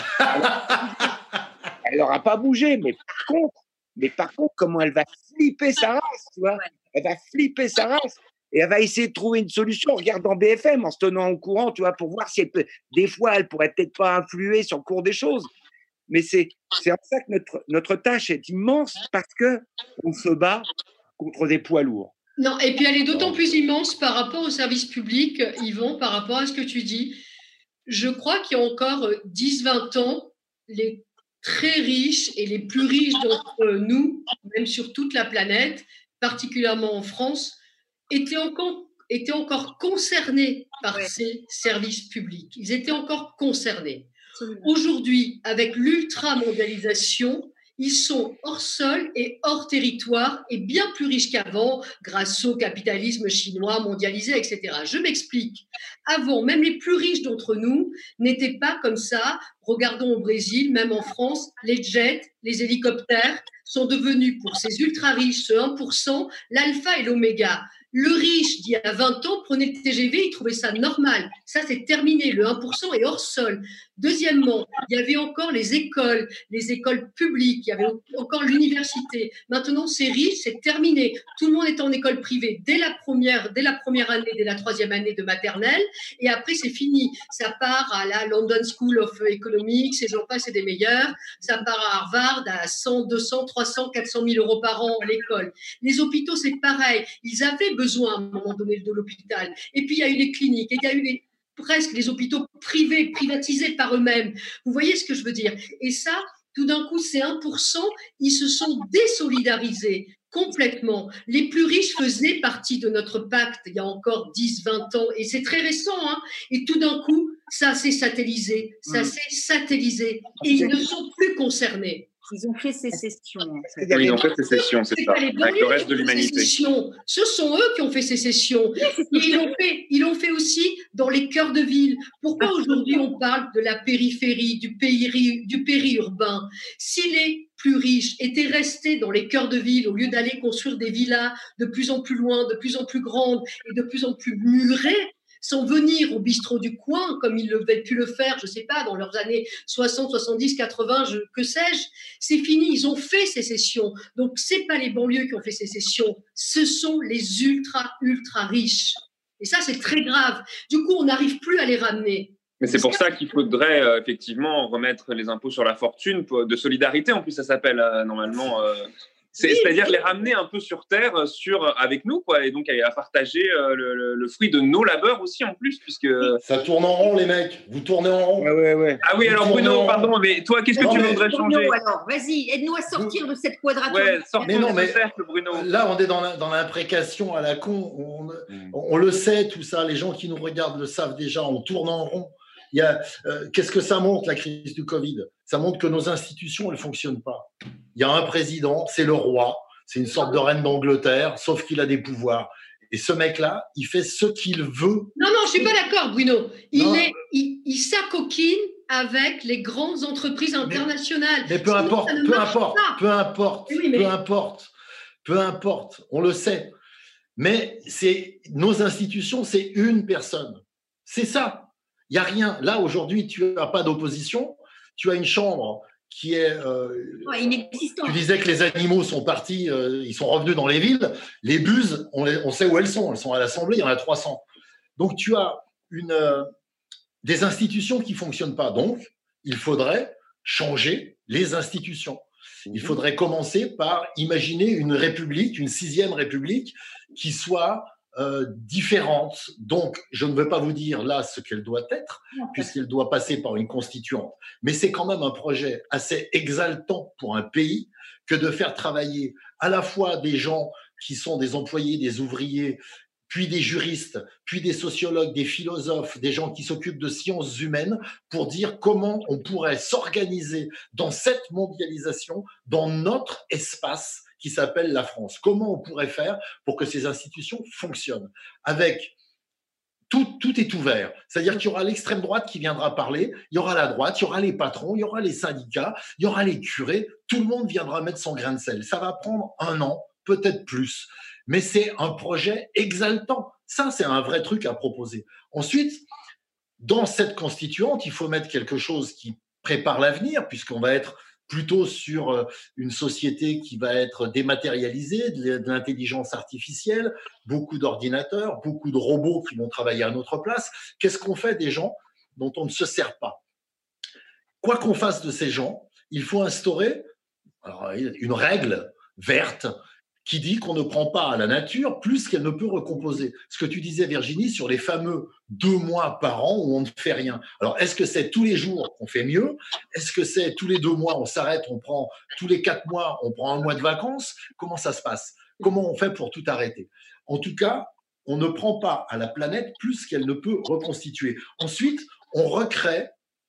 Speaker 4: Elle n'aura pas bougé, mais par contre, comment elle va flipper sa race, tu vois? Elle va flipper sa race. Et elle va essayer de trouver une solution en regardant BFM, en se tenant au courant, tu vois, pour voir si des fois, elle pourrait peut-être pas influer sur le cours des choses. Mais c'est en ça que notre tâche est immense, parce que on se bat contre des poids lourds.
Speaker 3: Non, et puis elle est d'autant plus immense par rapport au service public, Yvon, par rapport à ce que tu dis. Je crois qu'il y a encore 10-20 ans, les très riches et les plus riches d'entre nous, même sur toute la planète, particulièrement en France, étaient encore concernés par ces services publics. Ils étaient encore concernés. Aujourd'hui, avec l'ultra-mondialisation, ils sont hors sol et hors territoire et bien plus riches qu'avant grâce au capitalisme chinois mondialisé, etc. Je m'explique. Avant, même les plus riches d'entre nous n'étaient pas comme ça. Regardons au Brésil, même en France, les jets, les hélicoptères sont devenus pour ces ultra-riches, ce 1%, l'alpha et l'oméga. Le riche, d'il y a 20 ans, prenait le TGV, il trouvait ça normal. Ça, c'est terminé. Le 1% est hors sol. Deuxièmement, il y avait encore les écoles publiques, il y avait encore l'université. Maintenant, c'est riche, c'est terminé. Tout le monde est en école privée dès la première année, dès la 3e année de maternelle. Et après, c'est fini. Ça part à la London School of Economics, et j'en passe, c'est des meilleurs. Ça part à Harvard à 100, 200, 300, 400 000 euros par an à l'école. Les hôpitaux, c'est pareil. Ils avaient besoin à un moment donné de l'hôpital. Et puis, il y a eu les cliniques, et il y a eu presque les hôpitaux privés, privatisés par eux-mêmes. Vous voyez ce que je veux dire? Et ça, tout d'un coup, ces 1%, ils se sont désolidarisés complètement. Les plus riches faisaient partie de notre pacte il y a encore 10, 20 ans, et c'est très récent, hein. Et tout d'un coup, ça s'est satellisé, et ils ne sont plus concernés.
Speaker 6: Ils ont fait sécession.
Speaker 2: Oui, ils ont fait sécession, c'est ça, avec le reste de l'humanité.
Speaker 3: Ce sont eux qui ont fait sécession. Ils l'ont fait aussi dans les cœurs de ville. Pourquoi aujourd'hui on parle de la périphérie, du périurbain? Si les plus riches étaient restés dans les cœurs de ville au lieu d'aller construire des villas de plus en plus loin, de plus en plus grandes et de plus en plus murées, sans venir au bistrot du coin, comme ils avaient pu le faire, je ne sais pas, dans leurs années 60, 70, 80, que sais-je, c'est fini, ils ont fait sécession. Donc, ce n'est pas les banlieues qui ont fait sécession, ce sont les ultra riches. Et ça, c'est très grave. Du coup, on n'arrive plus à les ramener.
Speaker 2: Mais c'est pour ça qu'il faudrait effectivement remettre les impôts sur la fortune, de solidarité, en plus ça s'appelle normalement... C'est-à-dire les ramener un peu sur terre, avec nous, quoi, et donc à partager le fruit de nos labeurs aussi en plus, puisque...
Speaker 5: Ça tourne en rond, les mecs. Vous tournez en rond.
Speaker 4: Ouais.
Speaker 2: Ah oui, alors Bruno, pardon, mais toi, qu'est-ce que tu voudrais changer?
Speaker 6: Bruno, alors, vas-y, aide-nous à sortir de cette quadrature.
Speaker 2: Ouais, sortons de ce cercle, Bruno.
Speaker 5: Là, on est dans l'imprécation à la con. On le sait, tout ça. Les gens qui nous regardent le savent déjà. On tourne en rond. Qu'est-ce que ça montre, la crise du Covid? Ça montre que nos institutions, elles ne fonctionnent pas. Il y a un président, c'est le roi, c'est une sorte de reine d'Angleterre, sauf qu'il a des pouvoirs. Et ce mec-là, il fait ce qu'il veut.
Speaker 3: Non, je ne suis pas d'accord, Bruno. Il s'acoquine avec les grandes entreprises internationales.
Speaker 5: Mais peu importe, on le sait. Mais nos institutions, c'est une personne. C'est ça. Il n'y a rien. Là, aujourd'hui, tu n'as pas d'opposition. Tu as une chambre qui est
Speaker 6: inexistante.
Speaker 5: Tu disais que les animaux sont partis, ils sont revenus dans les villes. Les buses, on sait où elles sont. Elles sont à l'Assemblée, il y en a 300. Donc, tu as des institutions qui ne fonctionnent pas. Donc, il faudrait changer les institutions. Il faudrait commencer par imaginer une république, une 6e république, qui soit différente. Donc, je ne veux pas vous dire là ce qu'elle doit être, puisqu'elle doit passer par une constituante. Mais c'est quand même un projet assez exaltant pour un pays que de faire travailler à la fois des gens qui sont des employés, des ouvriers, puis des juristes, puis des sociologues, des philosophes, des gens qui s'occupent de sciences humaines pour dire comment on pourrait s'organiser dans cette mondialisation, dans notre espace qui s'appelle la France. Comment on pourrait faire pour que ces institutions fonctionnent avec tout est ouvert. C'est-à-dire qu'il y aura l'extrême droite qui viendra parler, il y aura la droite, il y aura les patrons, il y aura les syndicats, il y aura les curés, tout le monde viendra mettre son grain de sel. Ça va prendre 1 an, peut-être plus. Mais c'est un projet exaltant. Ça, c'est un vrai truc à proposer. Ensuite, dans cette constituante, il faut mettre quelque chose qui prépare l'avenir, puisqu'on va être plutôt sur une société qui va être dématérialisée, de l'intelligence artificielle, beaucoup d'ordinateurs, beaucoup de robots qui vont travailler à notre place. Qu'est-ce qu'on fait des gens dont on ne se sert pas? Quoi qu'on fasse de ces gens, il faut instaurer une règle verte qui dit qu'on ne prend pas à la nature plus qu'elle ne peut recomposer. Ce que tu disais, Virginie, sur les fameux 2 mois par an où on ne fait rien. Alors, est-ce que c'est tous les jours qu'on fait mieux? Est-ce que c'est tous les 2 mois, on s'arrête, on prend tous les 4 mois, on prend 1 mois de vacances? Comment ça se passe? Comment on fait pour tout arrêter? En tout cas, on ne prend pas à la planète plus qu'elle ne peut reconstituer. Ensuite, on recrée,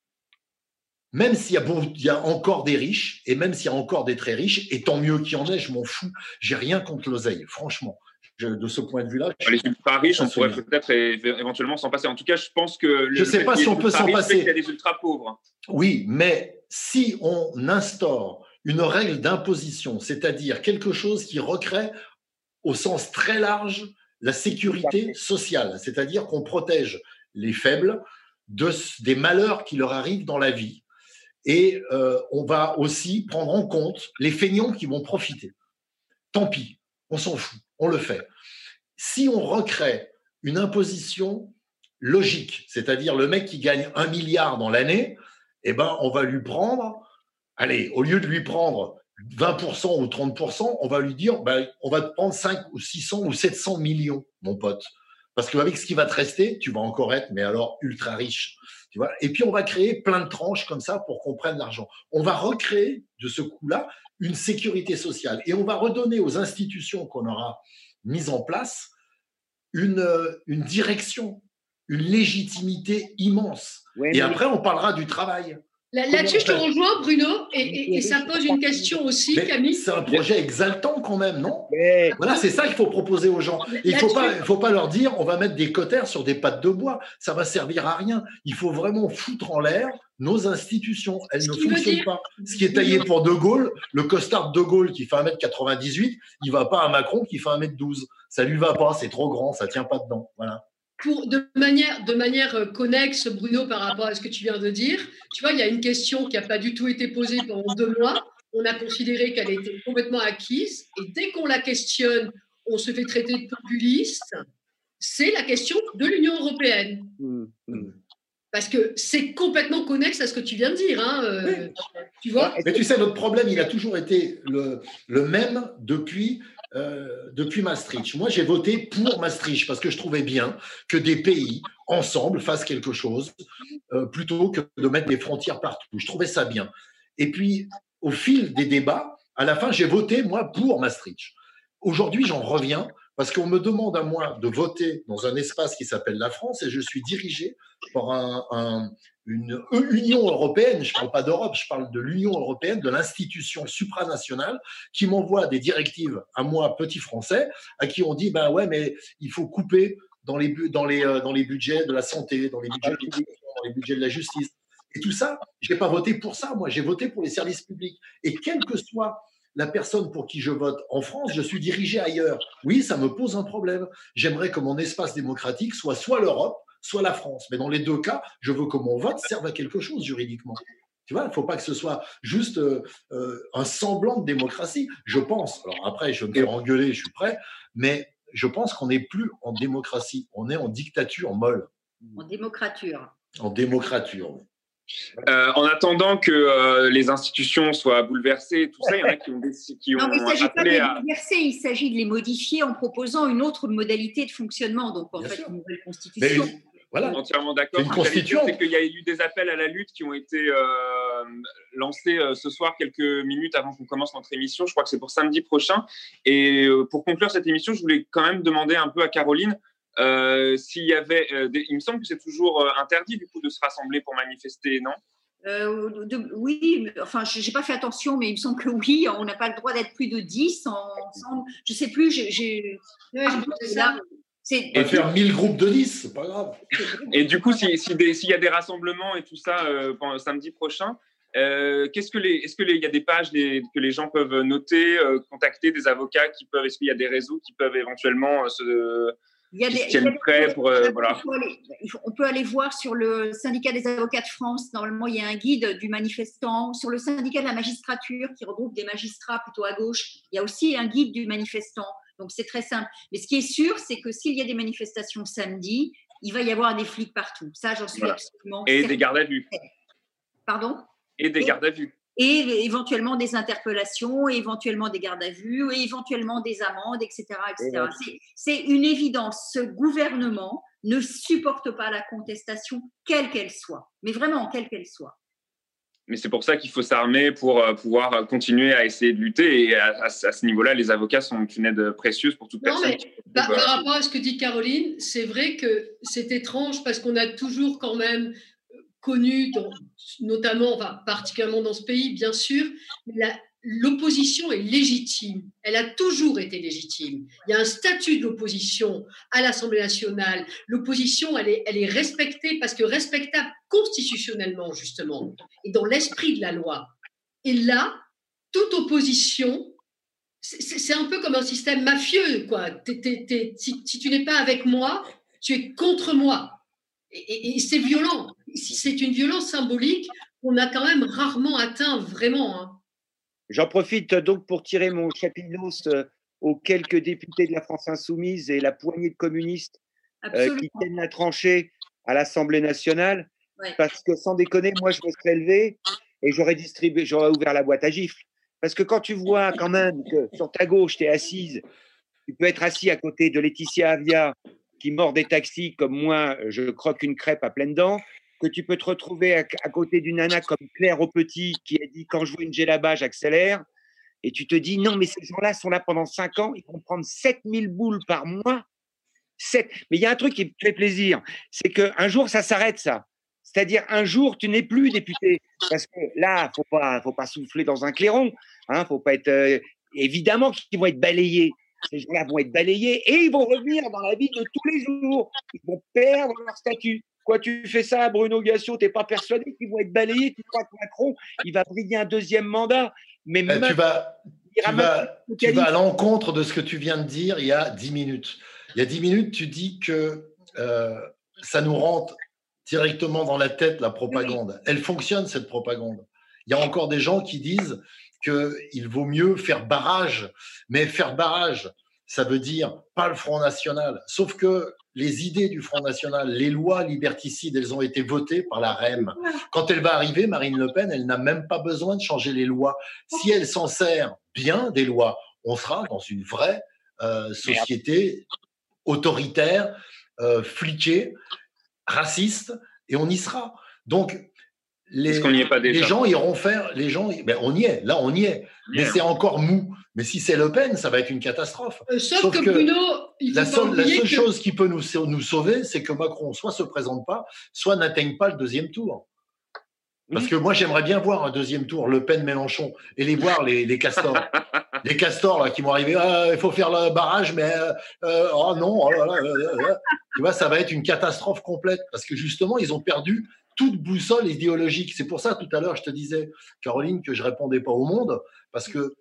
Speaker 5: même s'il y a encore des riches, et même s'il y a encore des très riches, et tant mieux qu'il y en ait, je m'en fous. J'ai rien contre l'oseille, franchement. De ce point de vue-là.
Speaker 2: Les ultra riches, on pourrait peut-être éventuellement s'en passer. En tout cas, je pense que
Speaker 5: je ne sais pas si on peut s'en passer.
Speaker 2: Il y a des ultra pauvres.
Speaker 5: Oui, mais si on instaure une règle d'imposition, c'est-à-dire quelque chose qui recrée au sens très large la sécurité sociale, c'est-à-dire qu'on protège les faibles des malheurs qui leur arrivent dans la vie. Et on va aussi prendre en compte les feignants qui vont profiter. Tant pis, on s'en fout, on le fait. Si on recrée une imposition logique, c'est-à-dire le mec qui gagne 1 milliard dans l'année, eh ben, on va lui prendre, allez, au lieu de lui prendre 20% ou 30%, on va lui dire, on va te prendre 5 ou 600 ou 700 millions, mon pote. Parce qu'avec ce qui va te rester, tu vas encore être, mais alors, ultra riche. Tu vois. Et puis, on va créer plein de tranches comme ça pour qu'on prenne l'argent. On va recréer de ce coup-là une sécurité sociale. Et on va redonner aux institutions qu'on aura mises en place une direction, une légitimité immense. Oui, et après, on parlera du travail.
Speaker 3: Là-dessus, je te rejoins, Bruno, et ça pose une question aussi, Camille.
Speaker 5: C'est un projet exaltant quand même, non? Voilà, c'est ça qu'il faut proposer aux gens. Il ne faut pas leur dire on va mettre des cautères sur des pattes de bois. Ça va servir à rien. Il faut vraiment foutre en l'air nos institutions. Elles ne fonctionnent pas. Ce qui est taillé pour De Gaulle, le costard de Gaulle qui fait 1m98, il ne va pas à Macron qui fait 1m12. Ça ne lui va pas, c'est trop grand, ça ne tient pas dedans. Voilà.
Speaker 3: De manière connexe, Bruno, par rapport à ce que tu viens de dire, tu vois, il y a une question qui n'a pas du tout été posée pendant 2 mois. On a considéré qu'elle était complètement acquise. Et dès qu'on la questionne, on se fait traiter de populiste. C'est la question de l'Union européenne. Parce que c'est complètement connexe à ce que tu viens de dire. Hein,
Speaker 5: oui.
Speaker 3: Tu vois.
Speaker 5: Mais tu sais, notre problème, il a toujours été le même depuis Maastricht. Moi, j'ai voté pour Maastricht parce que je trouvais bien que des pays, ensemble, fassent quelque chose plutôt que de mettre des frontières partout. Je trouvais ça bien. Et puis, au fil des débats, à la fin, j'ai voté, moi, pour Maastricht. Aujourd'hui, j'en reviens parce qu'on me demande à moi de voter dans un espace qui s'appelle la France et je suis dirigé par une Union européenne, je ne parle pas d'Europe, je parle de l'Union européenne, de l'institution supranationale qui m'envoie des directives à moi, petit français, à qui on dit ouais, mais il faut couper dans les budgets de la santé, dans les budgets de l'éducation, dans les budgets de la justice. Et tout ça, je n'ai pas voté pour ça, moi, j'ai voté pour les services publics. Et quelle que soit la personne pour qui je vote en France, je suis dirigé ailleurs. Oui, ça me pose un problème. J'aimerais que mon espace démocratique soit l'Europe, soit la France. Mais dans les 2 cas, je veux que mon vote serve à quelque chose juridiquement. Tu vois, il ne faut pas que ce soit juste un semblant de démocratie. Je pense, alors après, je vais me faire engueuler, je suis prêt, mais je pense qu'on n'est plus en démocratie. On est en dictature molle.
Speaker 6: En démocrature.
Speaker 5: En démocrature, oui.
Speaker 2: En attendant que les institutions soient bouleversées, tout ça, il y en a qui ont
Speaker 6: non, mais il ne s'agit pas de
Speaker 2: appelé
Speaker 6: les
Speaker 2: à...
Speaker 6: bouleverser, il s'agit de les modifier en proposant une autre modalité de fonctionnement. Donc, en fait, une nouvelle constitution.
Speaker 5: Voilà.
Speaker 2: Entièrement d'accord.
Speaker 5: Une constitution.
Speaker 2: C'est qu'il y a eu des appels à la lutte qui ont été lancés ce soir, quelques minutes avant qu'on commence notre émission. Je crois que c'est pour samedi prochain. Et pour conclure cette émission, je voulais quand même demander un peu à Caroline s'il y avait... il me semble que c'est toujours interdit, du coup, de se rassembler pour manifester, non ?
Speaker 6: Oui, enfin, je n'ai pas fait attention, mais il me semble que oui, on n'a pas le droit d'être plus de 10 ensemble. Je ne sais plus,
Speaker 5: on va faire 1000 groupes de 10, c'est pas grave.
Speaker 2: Et du coup, s'il y a des rassemblements et tout ça samedi prochain, est-ce qu'il y a des pages que les gens peuvent noter, contacter des avocats est-ce qu'il y a des réseaux qui peuvent éventuellement se tiennent prêts pour voilà.
Speaker 6: On peut aller voir sur le syndicat des avocats de France. Normalement, il y a un guide du manifestant. Sur le syndicat de la magistrature, qui regroupe des magistrats plutôt à gauche, il y a aussi un guide du manifestant. Donc, c'est très simple. Mais ce qui est sûr, c'est que s'il y a des manifestations samedi, il va y avoir des flics partout. Ça, j'en suis absolument
Speaker 2: certaine. Et des gardes à vue.
Speaker 6: Pardon ?
Speaker 2: Et des gardes à vue.
Speaker 6: Et éventuellement des interpellations, et éventuellement des gardes à vue, et éventuellement des amendes, etc. etc. C'est une évidence. Ce gouvernement ne supporte pas la contestation, quelle qu'elle soit. Mais vraiment, quelle qu'elle soit.
Speaker 2: Mais c'est pour ça qu'il faut s'armer pour pouvoir continuer à essayer de lutter. Et à ce niveau-là, les avocats sont une aide précieuse pour toute personne.
Speaker 3: Par rapport à ce que dit Caroline, c'est vrai que c'est étrange parce qu'on a toujours quand même connu, notamment, particulièrement dans ce pays, bien sûr, l'opposition est légitime. Elle a toujours été légitime. Il y a un statut de l'opposition à l'Assemblée nationale. L'opposition, elle est respectée parce que respectable constitutionnellement, justement, et dans l'esprit de la loi. Et là, toute opposition, c'est un peu comme un système mafieux, quoi. Si tu n'es pas avec moi, tu es contre moi. Et c'est violent. C'est une violence symbolique qu'on a quand même rarement atteint vraiment. Hein.
Speaker 4: J'en profite donc pour tirer mon chapinos aux quelques députés de la France Insoumise et la poignée de communistes qui tiennent la tranchée à l'Assemblée nationale. Ouais. Parce que sans déconner, moi, je me serais levé et j'aurais ouvert la boîte à gifles. Parce que quand tu vois quand même que sur ta gauche, tu es assise, tu peux être assis à côté de Laetitia Avia qui mord des taxis comme moi, je croque une crêpe à pleines dents, que tu peux te retrouver à côté d'une nana comme Claire Aupetit qui a dit « quand je vois une G là-bas, j'accélère ». Et tu te dis « non, mais ces gens-là sont là pendant 5 ans, ils vont prendre 7000 boules par mois. » Mais il y a un truc qui me fait plaisir, c'est qu'un jour, ça s'arrête, ça. C'est-à-dire, un jour, tu n'es plus député. Parce que là, faut pas souffler dans un clairon. Hein, faut pas être… évidemment qu'ils vont être balayés. Ces gens-là vont être balayés et ils vont revenir dans la vie de tous les jours. Ils vont perdre leur statut. Quoi, tu fais ça, Bruno Gassio, tu n'es pas persuadé qu'ils vont être balayés? Tu crois que Macron, il va briguer un 2e mandat? Mais
Speaker 5: tu vas à l'encontre de ce que tu viens de dire il y a 10 minutes. Il y a 10 minutes, tu dis que ça nous rentre directement dans la tête, la propagande. Oui. Elle fonctionne, cette propagande. Il y a encore des gens qui disent qu'il vaut mieux faire barrage. Mais faire barrage, ça veut dire pas le Front National. Sauf que les idées du Front National, les lois liberticides, elles ont été votées par la REM. Quand elle va arriver, Marine Le Pen, elle n'a même pas besoin de changer les lois. Si elle s'en sert bien des lois, on sera dans une vraie société autoritaire, fliquée, raciste, et on y sera. Donc, les gens iront faire… on y est, là on y est, mais c'est encore mou. Mais si c'est Le Pen, ça va être une catastrophe.
Speaker 3: Sauf que Bruno,
Speaker 5: la seule chose qui peut nous sauver, c'est que Macron soit se présente pas, soit n'atteigne pas le 2e tour. Parce que moi, j'aimerais bien voir un 2e tour, Le Pen-Mélenchon, et les voir, les castors. Les castors là, qui vont arriver, il faut faire le barrage, mais oh non, oh là là. Tu vois, ça va être une catastrophe complète, parce que justement, ils ont perdu toute boussole idéologique. C'est pour ça, tout à l'heure, je te disais, Caroline, que je répondais pas au Monde, parce que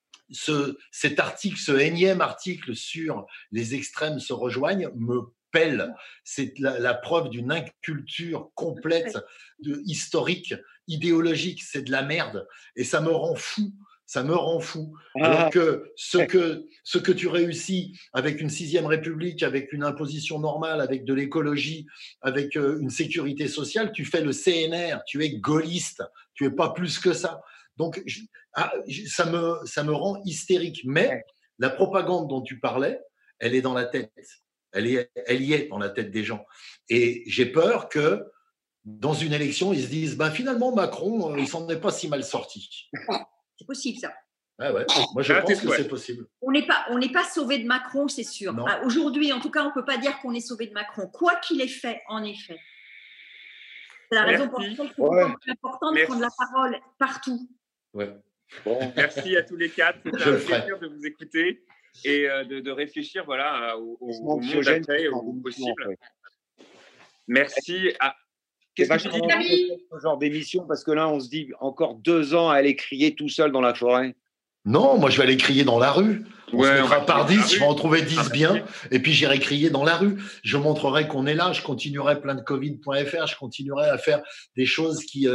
Speaker 5: cet article, ce énième article sur les extrêmes se rejoignent, me pèle. C'est la preuve d'une inculture complète, historique, idéologique. C'est de la merde. Et ça me rend fou. Ça me rend fou. Alors que ce que tu réussis avec une 6e République, avec une imposition normale, avec de l'écologie, avec une sécurité sociale, tu fais le CNR, tu es gaulliste, tu es pas plus que ça. Donc, ça me rend hystérique. Mais la propagande dont tu parlais, elle est dans la tête. Elle y est dans la tête des gens. Et j'ai peur que dans une élection, ils se disent finalement, Macron, il s'en est pas si mal sorti.
Speaker 6: C'est possible, ça.
Speaker 5: Ouais. Moi, je pense que c'est possible.
Speaker 6: On n'est pas sauvé de Macron, c'est sûr. Aujourd'hui, en tout cas, on ne peut pas dire qu'on est sauvé de Macron. Quoi qu'il ait fait, en effet. C'est la raison pour laquelle c'est important de prendre la parole partout.
Speaker 5: Ouais.
Speaker 2: Bon. Merci à tous les 4. C'était un plaisir de vous écouter et de réfléchir au monde d'après au possible.
Speaker 4: Ouais.
Speaker 2: Merci.
Speaker 4: C'est vachement ce genre d'émission parce que là, on se dit encore 2 ans à aller crier tout seul dans la forêt.
Speaker 5: Non, moi je vais aller crier dans la rue. On se mettra par 10, je vais en trouver 10 bien, et puis j'irai crier dans la rue. Je montrerai qu'on est là, je continuerai plein de covid.fr, je continuerai à faire des choses qui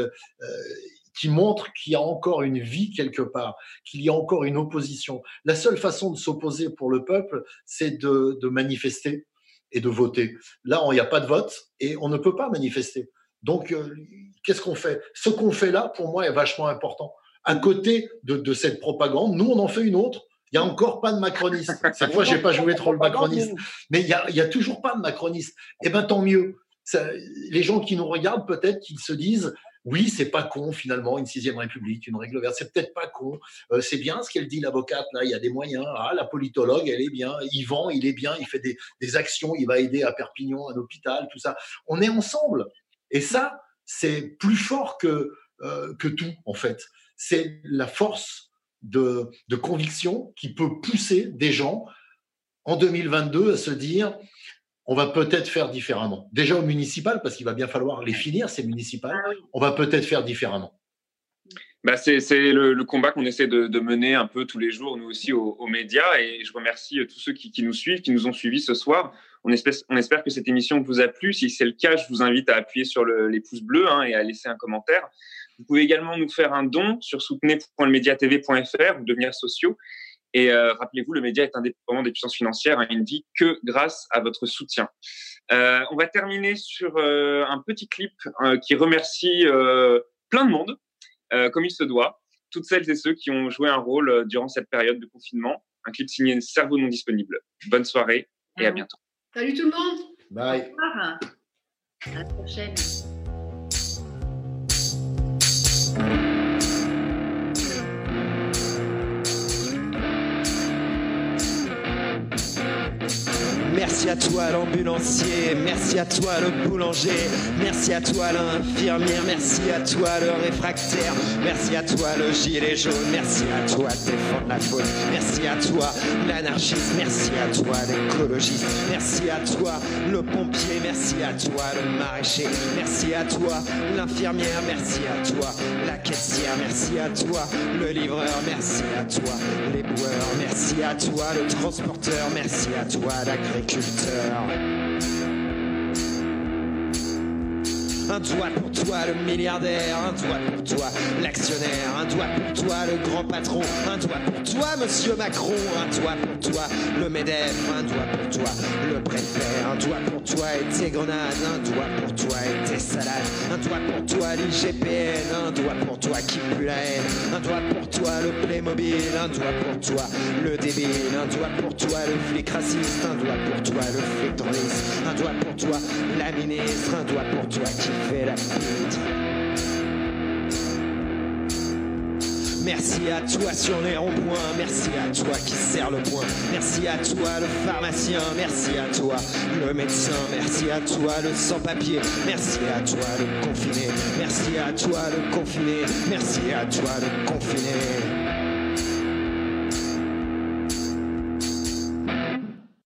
Speaker 5: montrent qu'il y a encore une vie quelque part, qu'il y a encore une opposition. La seule façon de s'opposer pour le peuple, c'est de manifester et de voter. Là, il n'y a pas de vote et on ne peut pas manifester. Donc, qu'est-ce qu'on fait? Ce qu'on fait là, pour moi, est vachement important. À côté de cette propagande, nous, on en fait une autre. Il n'y a encore pas de macroniste. Cette fois, je n'ai pas joué trop le macroniste. Mais il y a toujours pas de macroniste. Eh bien, tant mieux. Les gens qui nous regardent, peut-être qu'ils se disent « Oui, c'est pas con, finalement, une 6e République, une règle verte. C'est peut-être pas con. C'est bien ce qu'elle dit, l'avocate. Là, il y a des moyens. Ah, la politologue, elle est bien. Yvan, il est bien. Il fait des actions. Il va aider à Perpignan, un hôpital, tout ça. On est ensemble. Et ça, c'est plus fort que tout, en fait. C'est la force de conviction qui peut pousser des gens en 2022 à se dire on va peut-être faire différemment. Déjà au municipal, parce qu'il va bien falloir les finir, ces municipales, on va peut-être faire différemment.
Speaker 2: C'est le combat qu'on essaie de mener un peu tous les jours, nous aussi, aux médias. Et je remercie tous ceux qui nous suivent, qui nous ont suivis ce soir. On espère que cette émission vous a plu. Si c'est le cas, je vous invite à appuyer sur les pouces bleus et à laisser un commentaire. Vous pouvez également nous faire un don sur soutenez.lemediatv.fr ou devenir sociaux. Et rappelez-vous, le média est indépendant des puissances financières. Il ne vit que grâce à votre soutien. On va terminer sur un petit clip qui remercie plein de monde, comme il se doit. Toutes celles et ceux qui ont joué un rôle durant cette période de confinement. Un clip signé Cerveau non disponible. Bonne soirée et à bientôt.
Speaker 3: Salut tout le monde.
Speaker 5: Bye.
Speaker 6: Au revoir. À la prochaine.
Speaker 18: Merci à toi l'ambulancier, merci à toi le boulanger, merci à toi l'infirmière, merci à toi le réfractaire, merci à toi le gilet jaune, merci à toi de défendre la faune, merci à toi l'anarchiste, merci à toi l'écologiste, merci à toi le pompier, merci à toi le maraîcher, merci à toi l'infirmière, merci à toi la caissière, merci à toi le livreur, merci à toi l'éboueur, merci à toi le transporteur, merci à toi l'agriculteur. Un doigt pour toi le milliardaire, un doigt pour toi l'actionnaire, un doigt pour toi le grand patron, un doigt pour toi monsieur Macron, un doigt pour toi le MEDEF, un doigt pour toi le préfet, un doigt pour toi et tes grenades, un doigt pour toi et tes salades, un doigt pour toi l'IGPN, un doigt pour toi qui pue la haine, un doigt pour toi le Playmobil, un doigt pour toi le débile, un doigt pour toi le flic raciste, un doigt pour toi le flic drôliste, un doigt pour toi la ministre, un doigt pour toi qui fait la pute. Merci à toi sur les ronds-points, merci à toi qui serre le poing, merci à toi le pharmacien, merci à toi le médecin, merci à toi le sans-papier, merci à toi le confiné, merci à toi le confiné, merci à toi le confiné.